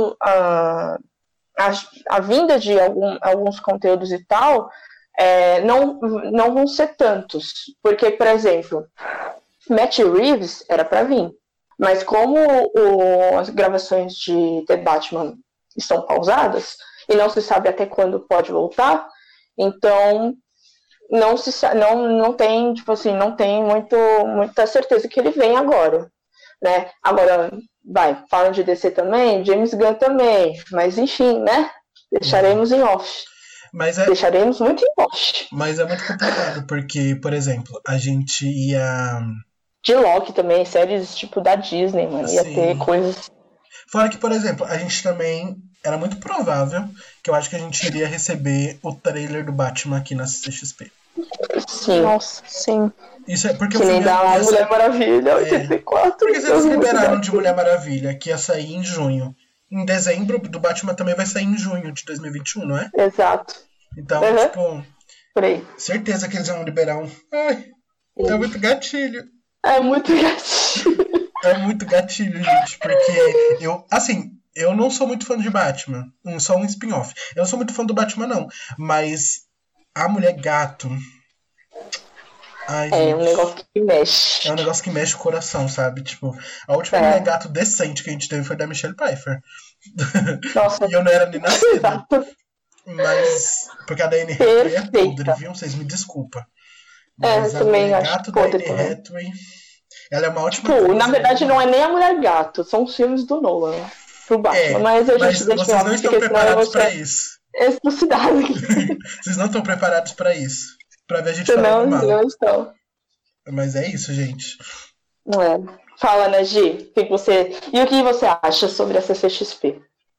a vinda de alguns conteúdos e tal, não vão ser tantos. Porque, por exemplo, Matt Reeves era para vir. Mas como as gravações de The Batman estão pausadas, e não se sabe até quando pode voltar, então não tem, tipo assim, não tem muita certeza que ele vem agora. Né? Agora, falam de DC também, James Gunn também, mas enfim, né? Deixaremos em off. Deixaremos muito em off. Mas é muito complicado, porque, por exemplo, a gente ia... De Loki também, séries tipo da Disney, mano, ia ter coisas... Fora que, por exemplo, a gente também... Era muito provável que eu acho que a gente iria receber o trailer do Batman aqui na CXP. Sim. Nossa, sim. Isso é porque que nem da Mulher Maravilha, 84. Porque eles liberaram de Mulher Maravilha, que ia sair em junho. Em dezembro, do Batman também vai sair em junho de 2021, não é? Exato. Então, por aí. Certeza que eles vão liberar um... Ai, é muito gatilho. É muito gatilho. É muito gatilho, gente, porque eu não sou muito fã de Batman, só um spin-off. Eu não sou muito fã do Batman, não, mas a Mulher Gato... Ai, gente, um negócio que mexe. É um negócio que mexe o coração, sabe? Tipo, a última Mulher Gato decente que a gente teve foi da Michelle Pfeiffer. Nossa. E eu não era nem nascida. Mas, porque a da Anne Hathaway é podre, viu? Vocês me desculpam. Mas a Mulher Gato da Anne Hathaway, ela é uma ótima na verdade, não é nem a Mulher Gato, são os filmes do Nolan pro Batman. Mas vocês não estão preparados pra isso. Exclusividade. Vocês não estão preparados pra isso. pra ver a gente falando mal. Não estão. Mas é isso, gente. Não é. Fala, né, Gi? E o que você acha sobre a CCXP?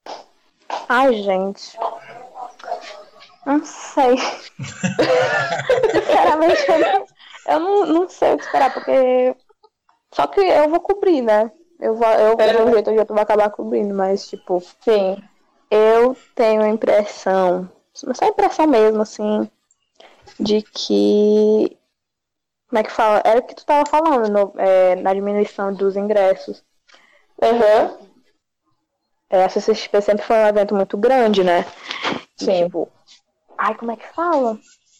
Ai, gente. Não sei. Sinceramente, eu não sei o que esperar, porque. Só que eu vou cobrir, né? Eu vou vou acabar cobrindo, mas, tipo, Sim. Eu tenho a impressão, só a impressão mesmo, assim, de que. Como é que fala? Era o que tu tava falando na diminuição dos ingressos. Uhum. A CCXP sempre foi um evento muito grande, né? Sim. E, tipo, ai, como é que fala?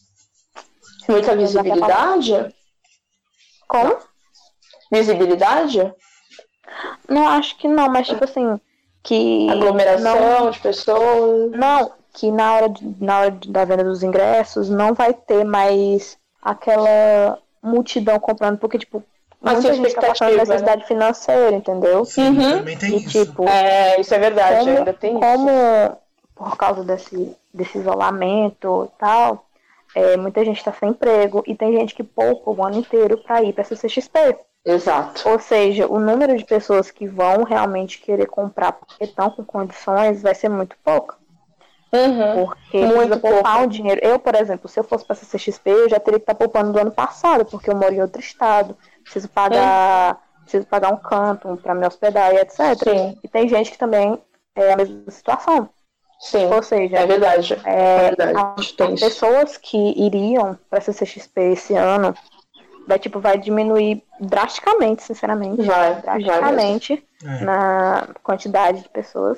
Muita visibilidade? Como? Visibilidade? Não, acho que não, mas tipo assim, que... Aglomeração de pessoas? Não, que na hora da venda dos ingressos não vai ter mais aquela multidão comprando, porque, tipo, muita gente tá passando necessidade financeira, entendeu? Sim, também tem isso. Tipo, isso é verdade, ainda tem como isso. Por causa desse isolamento e tal, muita gente tá sem emprego e tem gente que poupa o ano inteiro pra ir pra CCXP. Exato. Ou seja, o número de pessoas que vão realmente querer comprar porque estão com condições vai ser muito pouco. Porque precisa poupar o dinheiro. Eu, por exemplo, se eu fosse para CCXP, eu já teria que estar poupando do ano passado, porque eu moro em outro estado, preciso pagar um canto para me hospedar e etc. Sim. E tem gente que também é a mesma situação. Sim. Ou seja, é verdade. As pessoas que iriam para CCXP esse ano vai diminuir drasticamente, sinceramente. Drasticamente na quantidade de pessoas.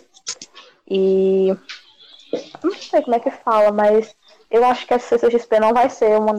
E não sei como é que fala, mas eu acho que a CCXP não vai ser uma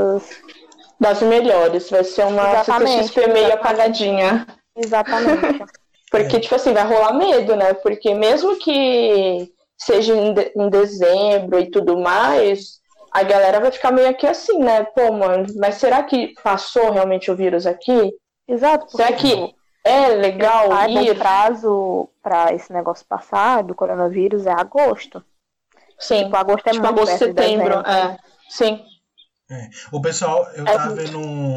das melhores, vai ser uma CCXP meio apagadinha. Exatamente. Porque, tipo assim, vai rolar medo, né? Porque mesmo que seja em dezembro e tudo mais, a galera vai ficar meio aqui assim, né? Pô, mano, mas será que passou realmente o vírus aqui? Exato. Será que é legal ir? O prazo para esse negócio passar do coronavírus é agosto. Sim. Tipo, agosto é muito agosto, setembro. Sim. O pessoal, eu tava vendo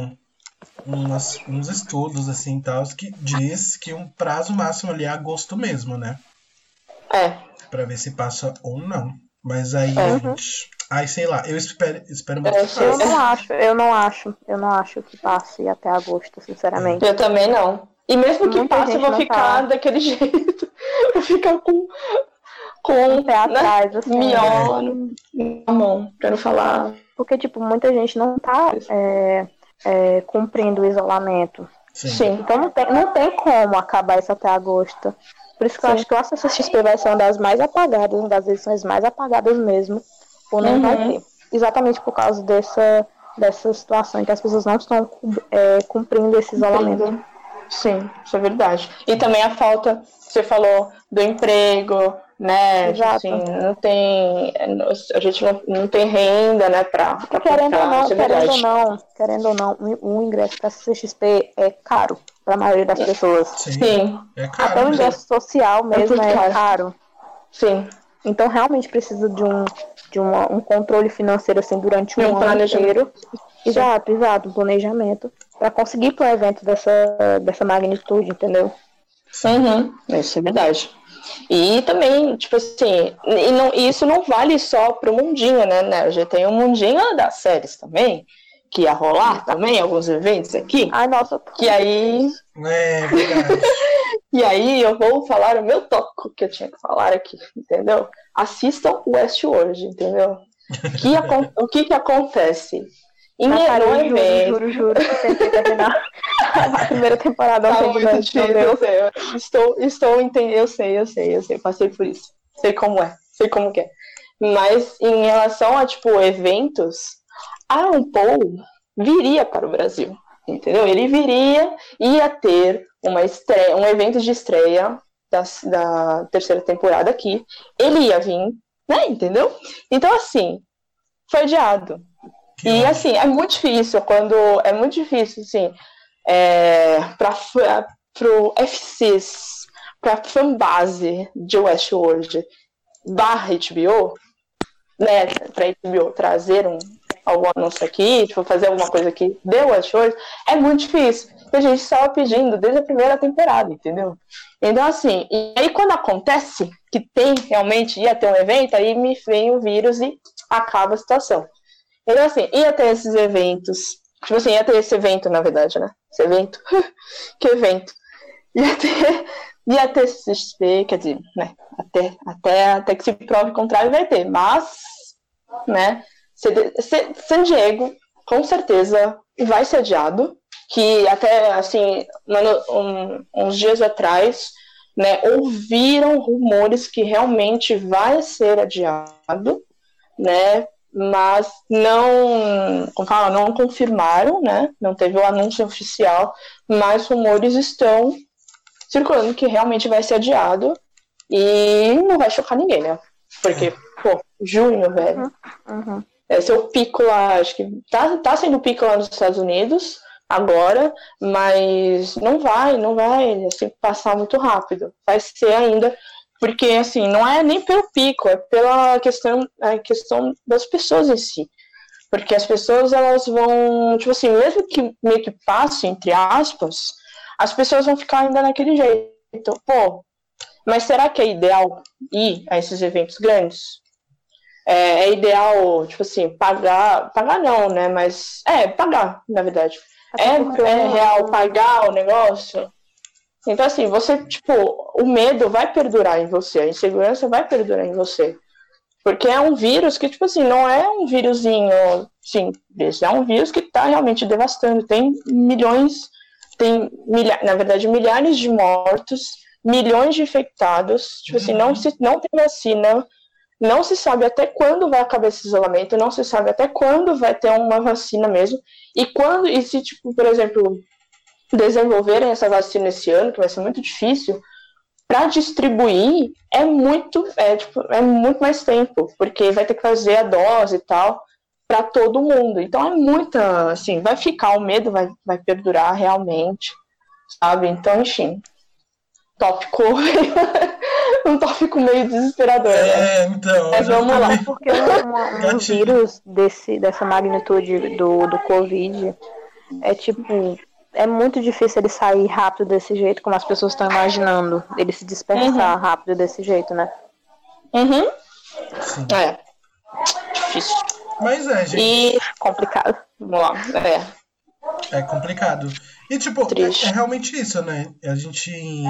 uns estudos assim tal que diz que um prazo máximo ali é agosto mesmo, né? Pra ver se passa ou não. Mas aí sei lá, eu espero muito que passe. Eu não acho que passe até agosto, sinceramente. Eu também não. E mesmo que passe, eu vou ficar daquele jeito. Vou ficar com um pé atrás, assim, miolo na mão, pra não falar. Porque, tipo, muita gente não tá cumprindo o isolamento. Sim. Então não tem como acabar isso até agosto. Por isso que eu acho que a CCXP vai ser uma das mais apagadas, uma das edições mais apagadas mesmo, ou não vai ter. Exatamente por causa dessa situação em que as pessoas não estão cumprindo esse isolamento. Sim, isso é verdade. E também a falta, você falou, do emprego, né? Exato. Assim, a gente não tem renda, né, pra querendo ou não, o ingresso para CCXP é caro para a maioria das pessoas. Sim. É caro. Até o ingresso social mesmo é caro. Sim. Então realmente precisa de um controle financeiro assim durante um ano inteiro. Exato, um planejamento para conseguir para um evento dessa magnitude, entendeu? Isso é verdade. E também, tipo assim, isso não vale só pro mundinho, né? Já tem o mundinho das séries também, que ia rolar também, alguns eventos aqui. Ai, nossa. Que aí... É verdade. E aí eu vou falar o meu tópico que eu tinha que falar aqui, entendeu? Assistam o Westworld, entendeu? O que acontece? Juro que tentei terminar a primeira temporada. Eu sei, passei por isso. Sei como que é. Mas em relação a, tipo, eventos, Aaron Paul viria para o Brasil, entendeu? Ele ia ter um evento de estreia da terceira temporada aqui. Ele ia vir, né, entendeu? Então, assim, foi adiado. E assim, é muito difícil, assim, pro FCs, pra fanbase de Westworld / HBO, né, pra HBO trazer algum anúncio aqui, tipo, fazer alguma coisa aqui, deu as coisas, é muito difícil. E a gente estava pedindo desde a primeira temporada, entendeu? Então, assim, e aí quando acontece que realmente ia ter um evento, aí me vem o vírus e acaba a situação. Então, assim, ia ter esses eventos, tipo assim, ia ter esse evento, na verdade, né? Esse evento, que evento? Ia ter CCXP, quer dizer, né? Até que se prove o contrário vai ter, mas, né? San Diego, com certeza, vai ser adiado, que até, assim, uns dias atrás, né, ouviram rumores que realmente vai ser adiado, né, mas não confirmaram, né, não teve o anúncio oficial, mas rumores estão circulando que realmente vai ser adiado e não vai chocar ninguém, né, porque, junho, velho, esse é o pico lá, acho que tá sendo pico lá nos Estados Unidos agora, mas não vai assim, passar muito rápido. Vai ser ainda, porque assim, não é nem pelo pico, é pela questão das pessoas em si. Porque as pessoas, elas vão, tipo assim, mesmo que meio que passe, entre aspas, as pessoas vão ficar ainda naquele jeito. Pô, mas será que é ideal ir a esses eventos grandes? É ideal, tipo assim, pagar não, né, mas, pagar, na verdade. É real pagar o negócio? Então, assim, você, tipo, o medo vai perdurar em você, a insegurança vai perdurar em você. Porque é um vírus que, tipo assim, não é um vírusinho simples, é um vírus que tá realmente devastando. Tem na verdade, milhares de mortos, milhões de infectados. Tipo assim, não tem vacina, não se sabe até quando vai acabar esse isolamento, não se sabe até quando vai ter uma vacina mesmo. E se, tipo, por exemplo, desenvolverem essa vacina esse ano, que vai ser muito difícil, para distribuir é muito mais tempo, porque vai ter que fazer a dose e tal para todo mundo. Então é muita, assim, vai ficar, o medo vai perdurar realmente, sabe? Então, enfim, um tópico meio desesperador, né? Então. Mas vamos lá. Porque um vírus dessa magnitude do Covid é muito difícil ele sair rápido desse jeito, como as pessoas estão imaginando. Ele se dispersar rápido desse jeito, né? Sim. É. Difícil. Mas gente. E complicado. Vamos lá. É complicado. E, tipo, é realmente isso, né? A gente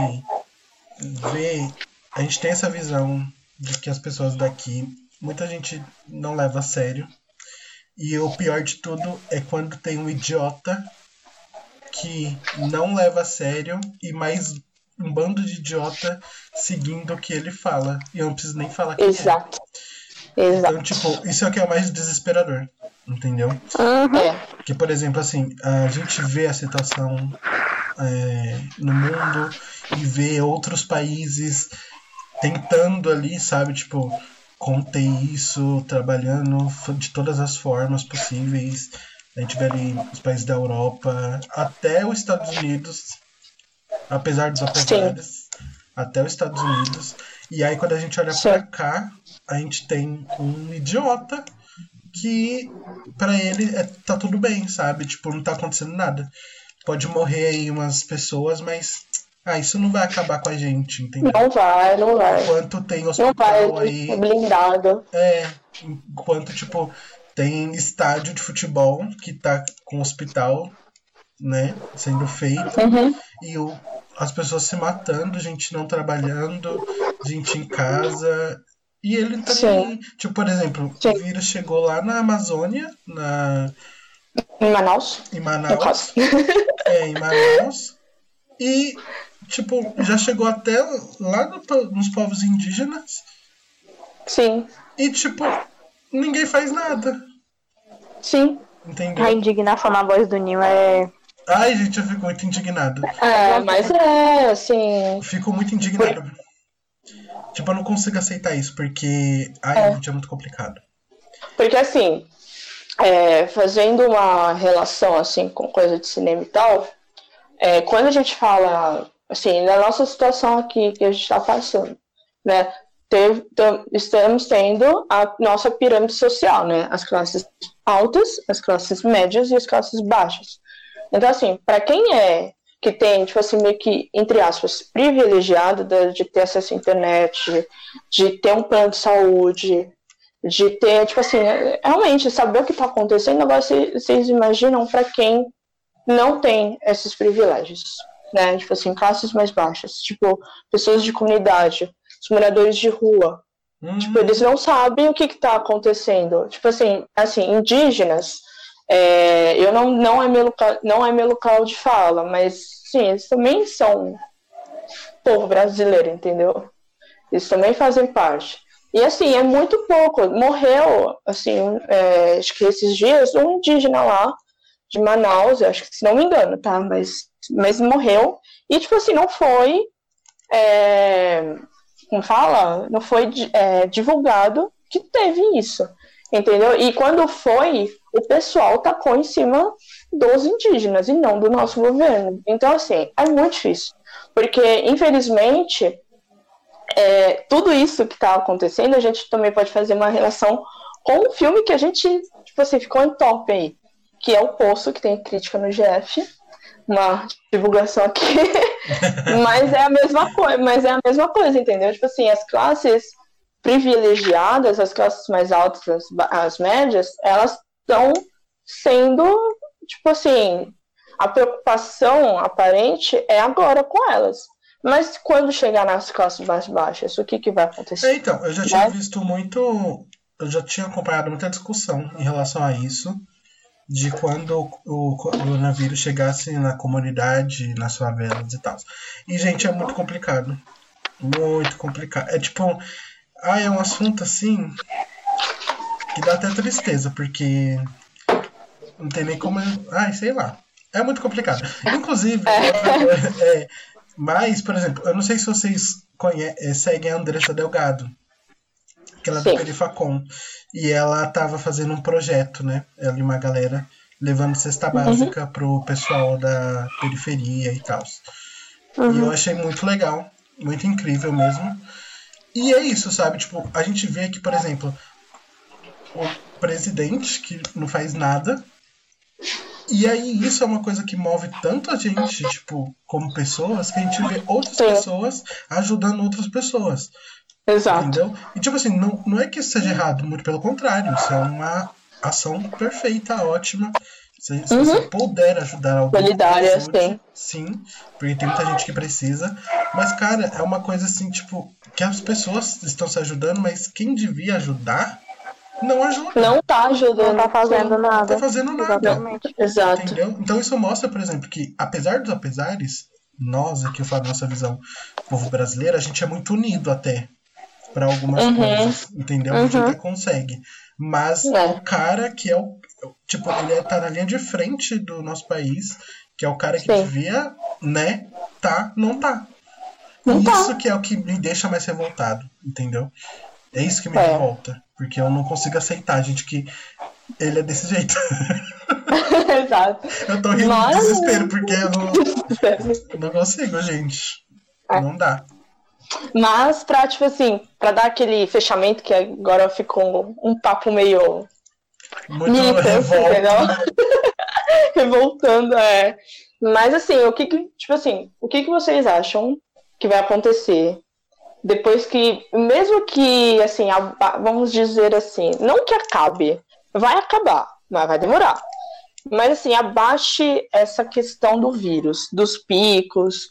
tem essa visão de que as pessoas daqui, muita gente não leva a sério. E o pior de tudo é quando tem um idiota que não leva a sério e mais um bando de idiota seguindo o que ele fala. E eu não preciso nem falar quem Exato. Então, tipo, isso é o que é o mais desesperador, entendeu? Que, por exemplo, assim, a gente vê a situação no mundo e vê outros países tentando ali, sabe, tipo, conter isso, trabalhando de todas as formas possíveis. A gente vê ali os países da Europa, até os Estados Unidos, apesar dos apesares, até os Estados Unidos. E aí, quando a gente olha pra cá, a gente tem um idiota que, pra ele, tá tudo bem, sabe? Tipo, não tá acontecendo nada. Pode morrer aí umas pessoas, mas isso não vai acabar com a gente, entendeu? Não vai. Enquanto tem hospital aí... blindado. Enquanto, tipo, tem estádio de futebol que tá com hospital, né, sendo feito, e as pessoas se matando, gente não trabalhando, gente em casa, e ele também, tipo, por exemplo, o vírus chegou lá na Amazônia, em Manaus. Em Manaus, e, tipo, já chegou até lá nos povos indígenas. Sim. E, tipo, ninguém faz nada. Sim. Entendeu? A indignação na voz do Ninho é... Ai, gente, eu fico muito indignado. Mas assim... Fico muito indignado. Tipo, eu não consigo aceitar isso, porque... gente, é muito complicado. Porque, assim, fazendo uma relação, assim, com coisa de cinema e tal, quando a gente fala, assim, da nossa situação aqui, que a gente tá passando, né? estamos tendo a nossa pirâmide social, né? As classes altas, as classes médias e as classes baixas. Então, assim, para quem que tem, tipo assim, meio que, entre aspas, privilegiado de ter acesso à internet, de ter um plano de saúde, de ter, tipo assim, realmente saber o que está acontecendo. Agora, vocês imaginam para quem não tem esses privilégios, né? Tipo assim, classes mais baixas, tipo, pessoas de comunidade, os moradores de rua. Tipo, eles não sabem o que está acontecendo. Tipo assim, indígenas, não é meu local de fala, mas sim, eles também são povo brasileiro, entendeu? Eles também fazem parte. E assim, é muito pouco. Morreu, assim, acho que esses dias, um indígena lá de Manaus, acho que se não me engano, tá? Mas morreu. E tipo assim, não foi como fala? Não foi divulgado que teve isso, entendeu? E quando foi, o pessoal tacou em cima dos indígenas e não do nosso governo. Então, assim, é muito difícil. Porque, infelizmente, tudo isso que está acontecendo, a gente também pode fazer uma relação com um filme que a gente, tipo assim, ficou em top aí, que é O Poço, que tem crítica no GF. Uma divulgação aqui. Mas é a mesma coisa, entendeu? Tipo assim, as classes privilegiadas, as classes mais altas, as médias, elas estão sendo, tipo assim, a preocupação aparente é agora com elas. Mas quando chegar nas classes mais baixas, o que vai acontecer? Então, eu já tinha visto muito, eu já tinha acompanhado muita discussão em relação a isso, de quando o coronavírus chegasse na comunidade, nas favelas e tal. E, gente, é muito complicado. Muito complicado. É tipo, é um assunto assim que dá até tristeza, porque não tem nem como. Sei lá. É muito complicado. Inclusive, mas, por exemplo, eu não sei se vocês seguem a Andressa Delgado, que ela é do Perifacom. E ela tava fazendo um projeto, né? Ela e uma galera levando cesta básica pro pessoal da periferia e tal. E eu achei muito legal, muito incrível mesmo. E é isso, sabe? Tipo, a gente vê aqui, por exemplo, o presidente que não faz nada. E aí isso é uma coisa que move tanto a gente, tipo, como pessoas, que a gente vê outras pessoas ajudando outras pessoas. Exato. Entendeu? E tipo assim, não é que isso seja errado, muito pelo contrário, isso é uma ação perfeita, ótima. Se você puder ajudar alguém, solidária, sim, porque tem muita gente que precisa. Mas, cara, é uma coisa assim, tipo, que as pessoas estão se ajudando, mas quem devia ajudar não ajuda. Não tá ajudando. Não tá fazendo nada. Não tá fazendo nada. Exatamente. Exato. Entendeu? Então isso mostra, por exemplo, que apesar dos apesares, nós aqui eu falo nossa visão, povo brasileiro, a gente é muito unido até para algumas coisas, entendeu? A gente até consegue. Mas o cara que é o... Tipo, ele tá na linha de frente do nosso país, que é o cara que devia, né, não tá. Isso que é o que me deixa mais revoltado, entendeu? É isso que me revolta. Porque eu não consigo aceitar, gente, que ele é desse jeito. Exato. Eu tô rindo de desespero, porque eu não consigo, gente. Não dá. Mas pra, tipo assim, pra dar aquele fechamento, que agora ficou um papo meio muito revoltado. Revoltando, Mas assim, o que vocês acham que vai acontecer depois que, mesmo que, assim, vamos dizer assim, não que acabe, vai acabar, mas vai demorar. Mas assim, abaixe essa questão do vírus, dos picos,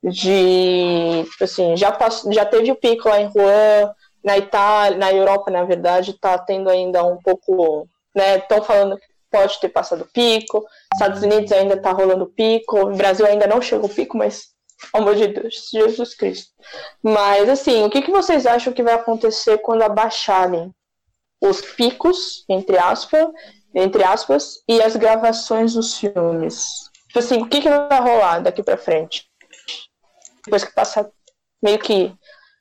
tipo assim, já teve o pico lá em Wuhan, na Itália, na Europa, na verdade, tá tendo ainda um pouco, né, estão falando que pode ter passado o pico, Estados Unidos ainda tá rolando o pico, o Brasil ainda não chegou o pico, mas, oh meu Deus, Jesus Cristo. Mas assim, o que vocês acham que vai acontecer quando abaixarem os picos, entre aspas, e as gravações dos filmes? Tipo assim, o que vai rolar daqui pra frente? Depois que passar meio que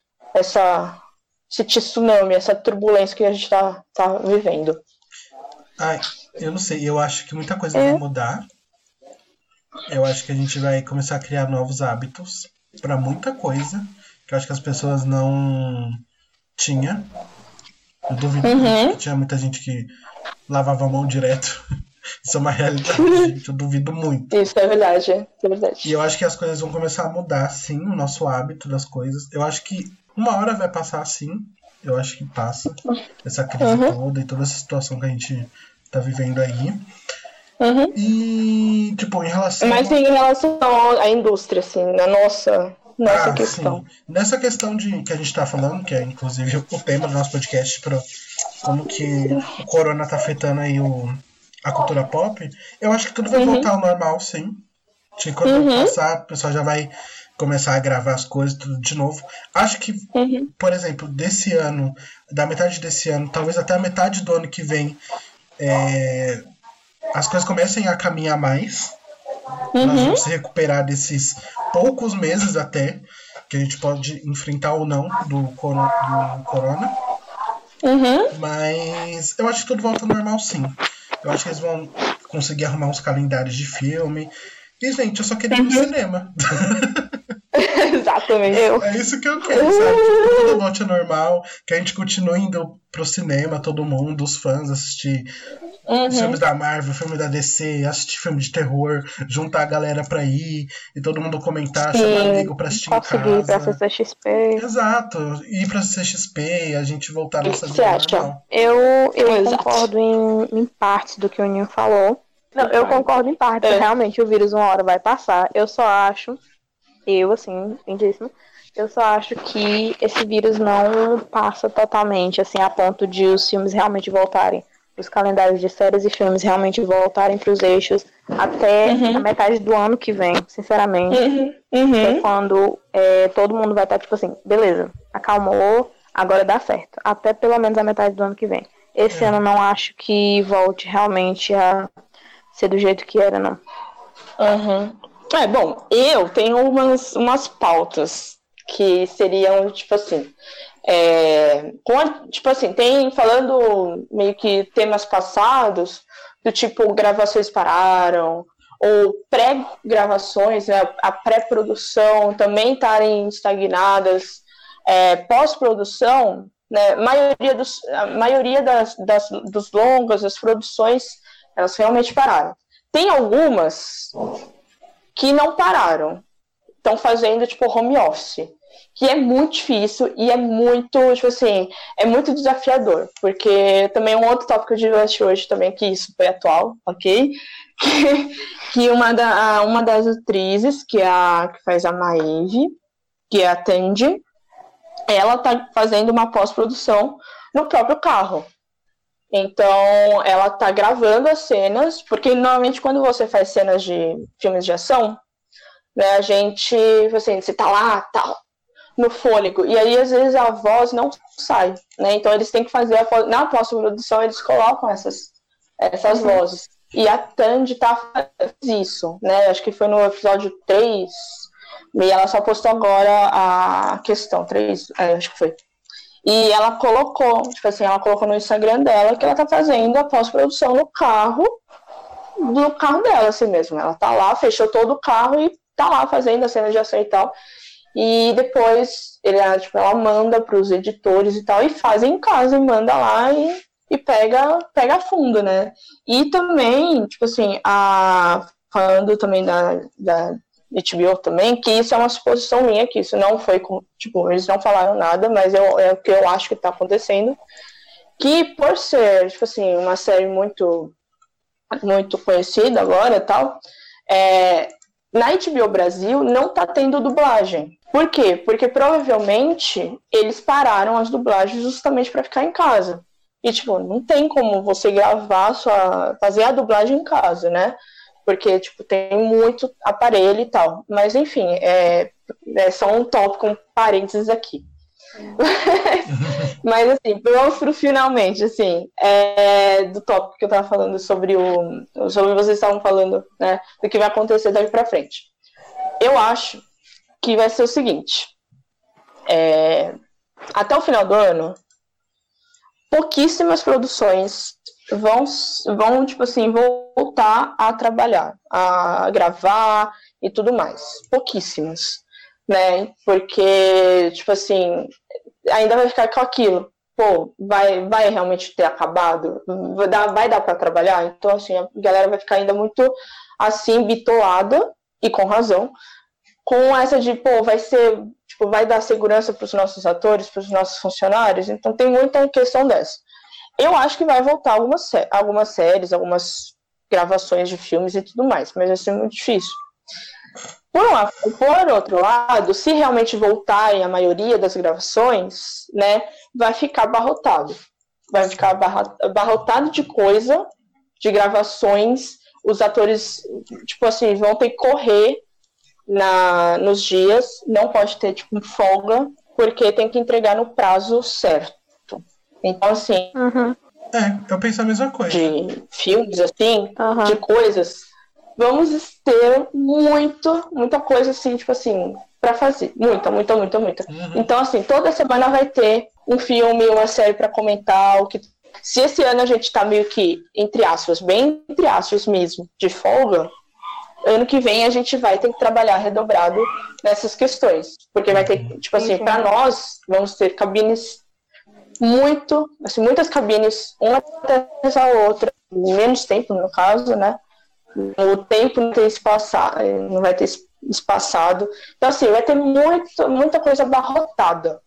esse tsunami, essa turbulência que a gente tá vivendo. Eu não sei, eu acho que muita coisa vai mudar. Eu acho que a gente vai começar a criar novos hábitos pra muita coisa, que eu acho que as pessoas não Tinha. Eu duvido muito que tinha muita gente que lavava a mão direto. Isso é uma realidade, gente. Eu duvido muito. Isso é verdade, é verdade. E eu acho que as coisas vão começar a mudar, sim, o nosso hábito das coisas. Eu acho que uma hora vai passar, sim. Eu acho que passa. Essa crise toda e toda essa situação que a gente tá vivendo aí. E, tipo, em relação... Mas em relação à indústria, assim, na nossa questão. Sim. Nessa questão que a gente tá falando, que é inclusive o tema do nosso podcast, pra como que o corona tá afetando aí a cultura pop, eu acho que tudo vai voltar ao normal, sim. Quando passar, o pessoal já vai começar a gravar as coisas tudo de novo. Acho que, por exemplo, desse ano, da metade desse ano, talvez até a metade do ano que vem, as coisas comecem a caminhar mais. Nós vamos se recuperar desses poucos meses até, que a gente pode enfrentar ou não do corona. Mas eu acho que tudo volta ao normal, sim. Eu acho que eles vão conseguir arrumar uns calendários de filme. E, gente, eu só queria ir no cinema. Exatamente. É isso que eu quero, sabe? Que tudo volte ao normal, que a gente continue indo pro cinema, todo mundo, os fãs, assistir filmes da Marvel, filme da DC, assistir filme de terror, juntar a galera pra ir, e todo mundo comentar, chamar amigo pra assistir em casa. Ir pra CCXP. Exato, ir pra CCXP, a gente voltar a nossa O que vida você acha? normal. Eu concordo em partes do que o Ninho falou. Não, eu concordo em partes. Realmente, o vírus uma hora vai passar. Eu só acho, lindíssimo, eu só acho que esse vírus não passa totalmente, assim, a ponto de os filmes realmente voltarem. Os calendários de séries e filmes realmente voltarem para os eixos até a metade do ano que vem, sinceramente. Que é quando todo mundo vai estar, tipo assim, beleza, acalmou, agora dá certo. Até pelo menos a metade do ano que vem. Esse ano não acho que volte realmente a ser do jeito que era, não. Bom, eu tenho umas pautas que seriam, tipo assim... tipo assim, tem falando meio que temas passados, do tipo gravações pararam, ou pré-gravações, né, a pré-produção também estarem estagnadas, pós-produção, né, a maioria dos longas, das produções, elas realmente pararam. Tem algumas que não pararam, estão fazendo tipo home office, que é muito difícil e é muito, tipo assim, é muito desafiador, porque também um outro tópico de hoje também, que isso foi atual, ok? Que uma das atrizes, que faz a Maeve, que é a Tandy, ela tá fazendo uma pós-produção no próprio carro. Então, ela tá gravando as cenas, porque normalmente quando você faz cenas de filmes de ação, né, a gente, assim, você tá lá, tal, no fôlego, e aí às vezes a voz não sai, né, então eles têm que fazer, na pós-produção eles colocam essas vozes, e a Tandy fazendo isso, né, acho que foi no episódio 3, e ela só postou agora a questão 3, acho que foi, e ela colocou, tipo assim, no Instagram dela que ela tá fazendo a pós-produção no carro dela, assim mesmo, ela tá lá, fechou todo o carro e tá lá fazendo a cena de ação e tal. E depois ela manda pros editores e tal, e faz em casa e manda lá e pega fundo, né? E também, tipo assim, falando também da HBO também, que isso é uma suposição minha, que isso não foi, tipo, eles não falaram nada, mas é o que eu acho que tá acontecendo, que por ser, tipo assim, uma série muito, muito conhecida agora e tal, na HBO Brasil não tá tendo dublagem. Por quê? Porque provavelmente eles pararam as dublagens justamente para ficar em casa. E, tipo, não tem como você fazer a dublagem em casa, né? Porque, tipo, tem muito aparelho e tal. Mas, enfim, só um tópico, um parênteses aqui. Mas, assim, vamos pro finalmente, assim, do tópico que eu tava falando sobre vocês estavam falando, né, do que vai acontecer daqui pra frente. Eu acho que vai ser o seguinte, até o final do ano, pouquíssimas produções vão, tipo assim, voltar a trabalhar, a gravar e tudo mais. Pouquíssimas, né? Porque, tipo assim, ainda vai ficar com aquilo. Pô, vai realmente ter acabado? Vai dar para trabalhar? Então, assim, a galera vai ficar ainda muito, assim, bitolada, e com razão, com essa de, pô, vai dar segurança para os nossos atores, para os nossos funcionários. Então, tem muita questão dessa. Eu acho que vai voltar algumas séries, algumas gravações de filmes e tudo mais, mas vai ser muito difícil. Por outro lado, se realmente voltarem a maioria das gravações, né, vai ficar abarrotado. Vai ficar abarrotado de coisa, de gravações. Os atores, tipo assim, vão ter que correr nos dias, não pode ter, tipo, folga, porque tem que entregar no prazo certo. Então, assim... eu penso a mesma coisa. De filmes, assim, de coisas... Vamos ter muita coisa, assim, tipo assim, pra fazer. Muita. Então, assim, toda semana vai ter um filme, uma série pra comentar. Se esse ano a gente tá meio que, entre aspas, bem entre aspas mesmo, de folga, ano que vem a gente vai ter que trabalhar redobrado nessas questões. Porque vai ter, tipo assim, pra nós, vamos ter cabines muitas cabines, uma atrás da outra, menos tempo, no caso, né? O tempo não vai ter espaçado. Então, assim, vai ter muita coisa abarrotada.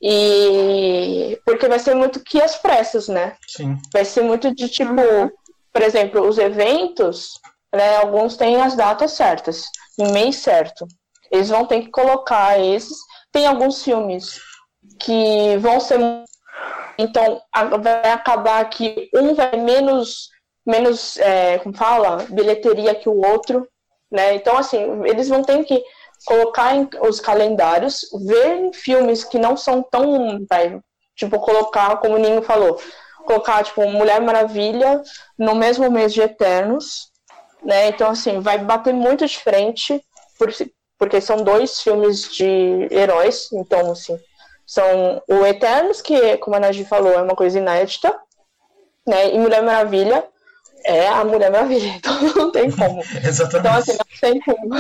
E porque vai ser muito que às pressas, né? Sim. Vai ser muito de tipo, por exemplo, os eventos, né? Alguns têm as datas certas, no mês certo. Eles vão ter que colocar esses. Tem alguns filmes que vão ser. Então, vai acabar que um vai menos como fala, bilheteria que o outro, né? Então, assim, eles vão ter que colocar em os calendários, ver filmes que não são tão, tipo, colocar, como o Ninho falou, colocar, tipo, Mulher Maravilha no mesmo mês de Eternos, né? Então, assim, vai bater muito de frente, porque são 2 filmes de heróis, então, assim, são o Eternos, que, como a Naji falou, é uma coisa inédita, né? E Mulher Maravilha é a Mulher Maravilha, então não tem como. Exatamente. Então, assim, não tem como.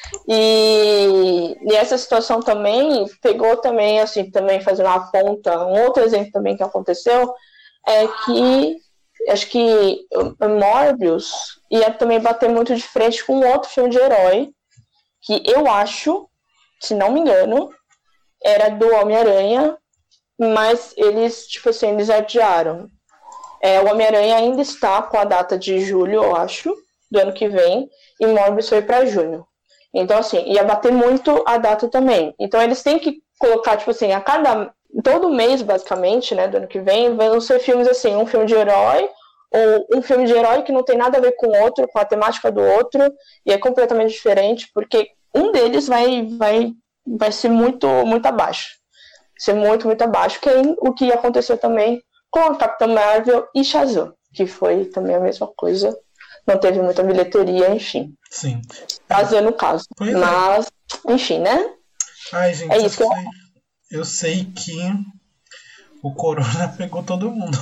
E essa situação também pegou também, assim, também fazendo uma ponta, um outro exemplo também que aconteceu, é que acho que Morbius ia também bater muito de frente com outro filme de herói, que eu acho, se não me engano, era do Homem-Aranha, mas eles, tipo assim, eles adiaram. O Homem-Aranha ainda está com a data de julho, eu acho, do ano que vem, e Morbius foi para junho. Então, assim, ia bater muito a data também. Então, eles têm que colocar, tipo assim, todo mês, basicamente, né, do ano que vem, vão ser filmes assim, um filme de herói, ou um filme de herói que não tem nada a ver com o outro, com a temática do outro, e é completamente diferente, porque um deles vai ser muito abaixo. Ser muito abaixo, que é o que aconteceu também com a Capitã Marvel e Shazam, que foi também a mesma coisa. Não teve muita bilheteria, enfim. Sim. Fazendo o caso. Pois mas, enfim, né? Ai, gente, é isso eu sei que o corona pegou todo mundo.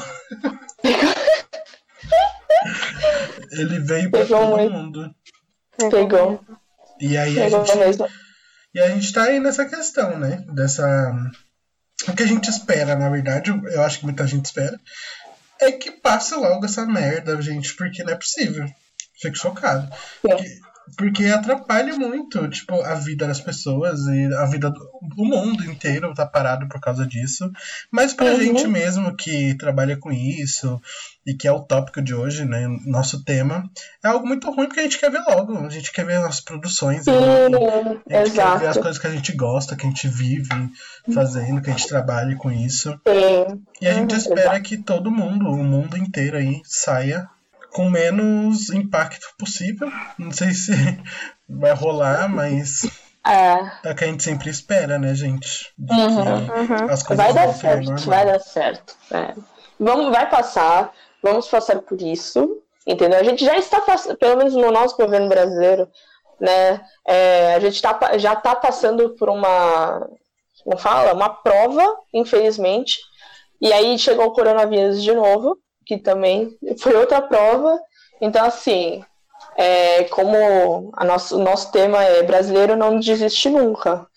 Ele veio pra todo mundo. Pegou. E aí a gente tá aí nessa questão, né? O que a gente espera, na verdade, eu acho que muita gente espera, é que passe logo essa merda, gente, porque não é possível. Fico chocado. Porque atrapalha muito, tipo, a vida das pessoas e a vida do mundo inteiro tá parado por causa disso. Mas pra gente mesmo que trabalha com isso e que é o tópico de hoje, né, nosso tema, é algo muito ruim porque a gente quer ver logo, a gente quer ver as produções, a gente quer ver as coisas que a gente gosta, que a gente vive fazendo, que a gente trabalha com isso. E a gente espera que todo mundo, o mundo inteiro aí, saia com menos impacto possível. Não sei se vai rolar, mas é o que a gente sempre espera, né, gente? As coisas vai dar certo. Vai passar, vamos passar por isso, entendeu? A gente já está passando, pelo menos no nosso governo brasileiro, né? A gente já está passando por uma prova, infelizmente. E aí chegou o coronavírus de novo, que também foi outra prova. Então, assim, como o nosso tema é brasileiro não desiste nunca,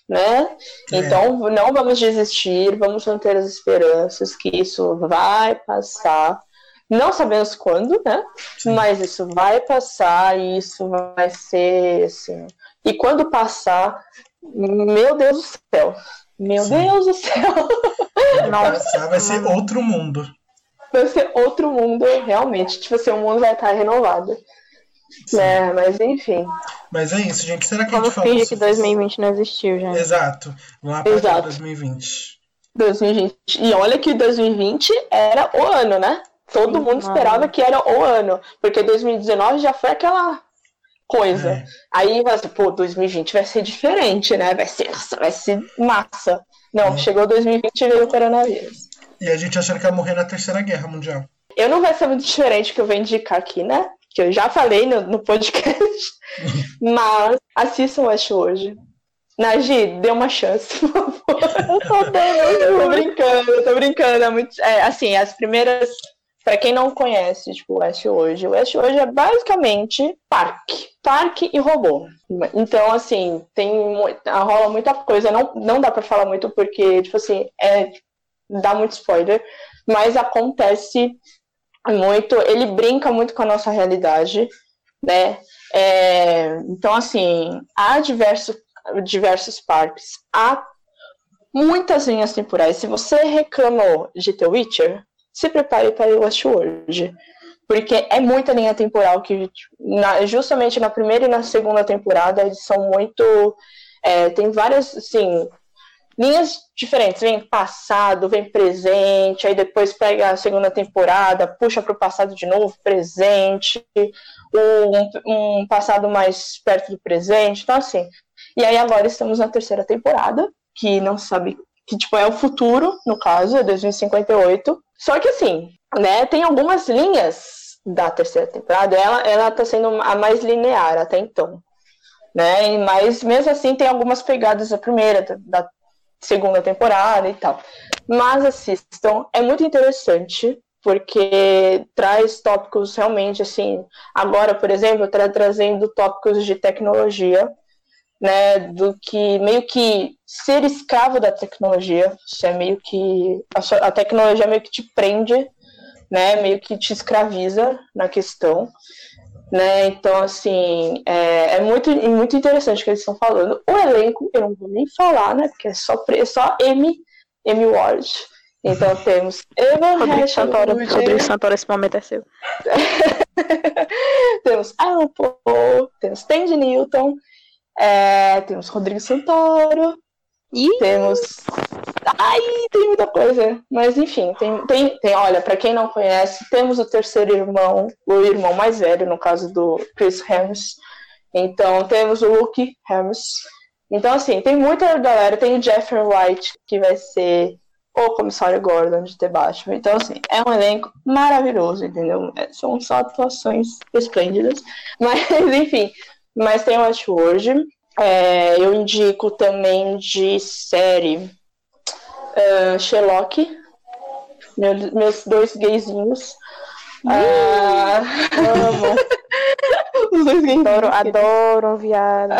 né? Então, não vamos desistir, vamos manter as esperanças que isso vai passar. Não sabemos quando, né? Sim. Mas isso vai passar e isso vai ser, assim... E quando passar, meu Deus do céu. Meu Sim. Deus do céu. Quando passar, vai ser outro mundo. Vai ser outro mundo, realmente. Tipo assim, o mundo vai estar renovado. Né? Mas enfim. Mas é isso, gente. Será que a Como gente falou... finge que 2020 não existiu, gente. Exato. Vamos apagar 2020. 2020. E olha que 2020 era o ano, né? Todo mundo esperava que era o ano. Porque 2019 já foi aquela coisa. Aí vai ser, 2020 vai ser diferente, né? Vai ser massa. Não, chegou 2020 e veio o coronavírus. E a gente achando que ia morrer na Terceira Guerra Mundial. Eu não vai ser muito diferente que eu vou indicar aqui, né? Que eu já falei no podcast. Mas assistam Westworld. Naji, dê uma chance, por favor. Eu tô brincando. É muito, assim, as primeiras... Pra quem não conhece, tipo, o Westworld é basicamente parque e robô. Então, assim, rola muita coisa. Não dá pra falar muito porque, tipo assim, dá muito spoiler. Mas acontece muito, ele brinca muito com a nossa realidade, né? Então, assim, há diversos parques, há muitas linhas temporais. Se você reclamou de The Witcher, se prepare para o Westworld, porque é muita linha temporal que, justamente na primeira e na segunda temporada, eles são muito... tem várias, assim... linhas diferentes, vem passado, vem presente, aí depois pega a segunda temporada, puxa para o passado de novo, presente, um passado mais perto do presente, então assim. E aí agora estamos na terceira temporada, que não sabe, que tipo é o futuro, no caso, é 2058. Só que assim, né, tem algumas linhas da terceira temporada, ela tá sendo a mais linear até então, né, mas mesmo assim tem algumas pegadas da primeira, da segunda temporada e tal. Mas assistam, é muito interessante, porque traz tópicos realmente, assim... Agora, por exemplo, trazendo tópicos de tecnologia, né? Do que meio que ser escravo da tecnologia. Isso é meio que... A tecnologia meio que te prende, né? Meio que te escraviza na questão. Né? Então, assim, é muito interessante o que eles estão falando. O elenco, eu não vou nem falar, né? Porque é só Emmy Ward. Então, temos Evan Rodrigo Santoro, esse momento é seu. Temos Alan Poe, temos Tandy Newton, temos Rodrigo Santoro, temos... Ai, tem muita coisa. Mas, enfim, tem olha, pra quem não conhece, temos o terceiro irmão, o irmão mais velho, no caso do Chris Hemsworth. Então, temos o Luke Hemsworth. Então, assim, tem muita galera. Tem o Jeffrey Wright, que vai ser o comissário Gordon de The Batman. Então, assim, é um elenco maravilhoso, entendeu? São só atuações esplêndidas. Mas, enfim, mas tem o Westworld. Eu indico também de série... Sherlock, meus dois gayzinhos. Os dois gayzinhos. Adoro um viado.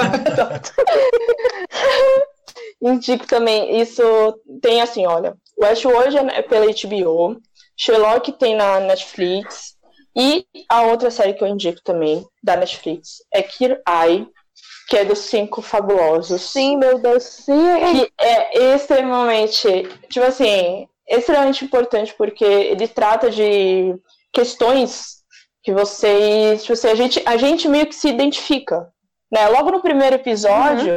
Indico também, isso tem assim, olha, Westworld é pela HBO, Sherlock tem na Netflix, e a outra série que eu indico também, da Netflix, é Queer Eye, que é dos Cinco Fabulosos. Sim, meu Deus, sim. Que é extremamente, tipo assim, extremamente importante, porque ele trata de questões que vocês, tipo assim, a gente meio que se identifica, né? Logo no primeiro episódio,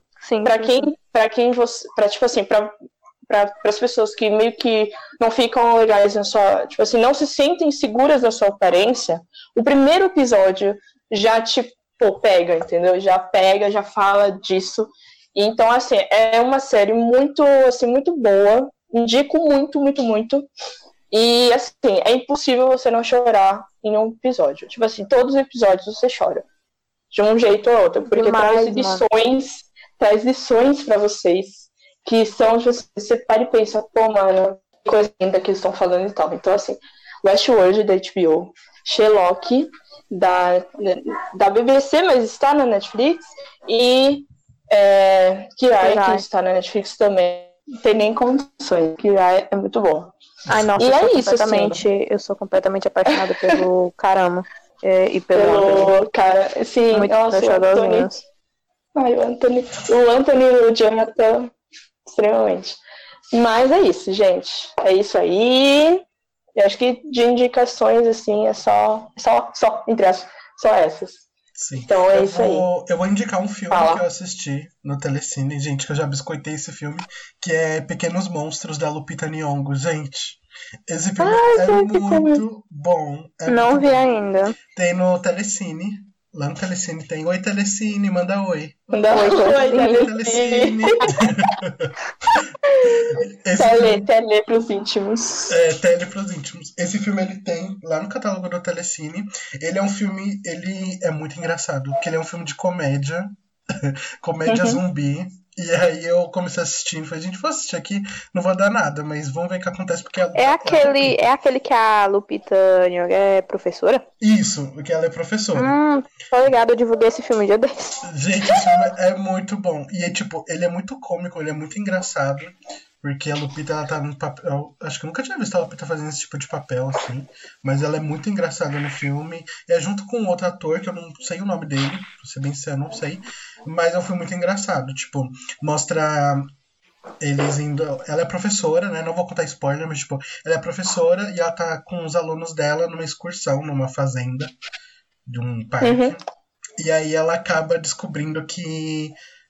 para as pessoas que meio que não ficam legais na sua, tipo assim, não se sentem seguras da sua aparência, o primeiro episódio já pega, entendeu? Já fala disso. Então, assim, é uma série muito, assim, muito boa. Indico muito, muito, muito. E, assim, é impossível você não chorar em um episódio. Tipo assim, todos os episódios você chora. De um jeito ou outro. Porque traz lições pra vocês que são, você para e pensa, mano, que coisa linda que eles estão falando e tal. Então, assim, Westworld da HBO, Sherlock da BBC, mas está na Netflix, e Kirai, que está na Netflix também. Não tem nem condições. Kirai é muito bom. Ai, nossa, eu sou completamente apaixonada pelo Caramba. E pelo cara, sim, muito nossa, o Anthony. Ai, o Anthony e o Jonathan, extremamente. Mas é isso, gente. É isso aí. Eu acho que de indicações, assim, é só entre as, só essas. Sim. Então é isso aí. Eu vou indicar um filme que eu assisti no Telecine, gente, que eu já biscoitei esse filme, que é Pequenos Monstros, da Lupita Nyong'o. Gente, esse filme é muito bom. Não vi ainda. Tem no Telecine. Lá no Telecine tem Oi Telecine, manda oi. Manda oi, Telecine. Tele pros íntimos. Tele pros íntimos. Esse filme ele tem lá no catálogo do Telecine. Ele é um filme, ele é muito engraçado, porque ele é um filme de comédia. Comédia zumbi. E aí eu comecei a assistir e falei, gente, vou assistir aqui, não vou dar nada, mas vamos ver o que acontece, porque é aquele que a Lupita Nyong'o é professora? Isso, porque ela é professora. Tô ligado, eu divulguei esse filme um dia desses. Gente, esse filme é muito bom. E ele é muito cômico, ele é muito engraçado. Porque a Lupita, ela tá no papel... Acho que eu nunca tinha visto a Lupita fazendo esse tipo de papel, assim. Mas ela é muito engraçada no filme. É junto com outro ator, que eu não sei o nome dele. Pra ser bem sincero, não sei. Mas é um filme muito engraçado. Tipo, mostra eles indo... Ela é professora, né? Não vou contar spoiler, mas, tipo... Ela é professora e ela tá com os alunos dela numa excursão, numa fazenda. De um parque. E aí ela acaba descobrindo que...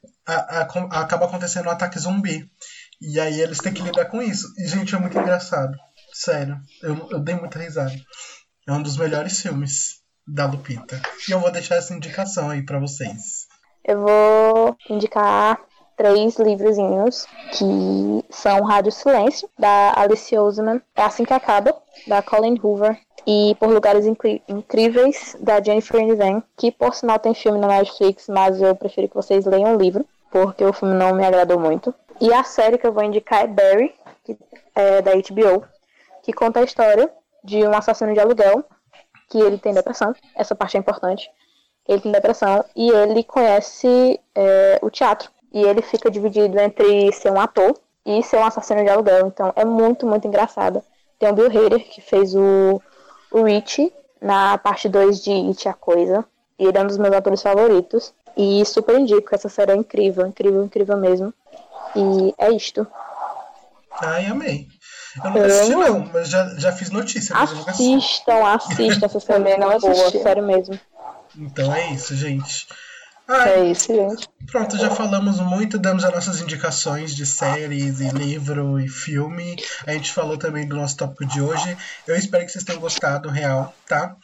acaba acontecendo um ataque zumbi. E aí eles têm que lidar com isso. E, gente, é muito engraçado. Sério. Eu dei muita risada. É um dos melhores filmes da Lupita. E eu vou deixar essa indicação aí pra vocês. Eu vou indicar 3 livrozinhos, que são Rádio Silêncio, da Alice Oseman, É Assim Que Acaba, da Colleen Hoover, e Por Lugares Incríveis, da Jennifer Niven, que por sinal tem filme na Netflix, mas eu prefiro que vocês leiam o livro, porque o filme não me agradou muito. E a série que eu vou indicar é Barry, que é da HBO, que conta a história de um assassino de aluguel, que ele tem depressão, essa parte é importante, ele tem depressão e ele conhece o teatro, e ele fica dividido entre ser um ator e ser um assassino de aluguel, então é muito, muito engraçada. Tem o Bill Hader, que fez o Rich na parte 2 de It, a Coisa, e ele é um dos meus atores favoritos, e super indico, essa série é incrível, incrível, incrível mesmo. E é isto. Ai, amei. Eu não assisti não, mas já fiz notícia. Assistam essa série, não boa, sério mesmo. Então é isso, gente. É isso, gente. Pronto, já falamos muito, damos as nossas indicações de séries e livro e filme. A gente falou também do nosso tópico de hoje. Eu espero que vocês tenham gostado, real, tá?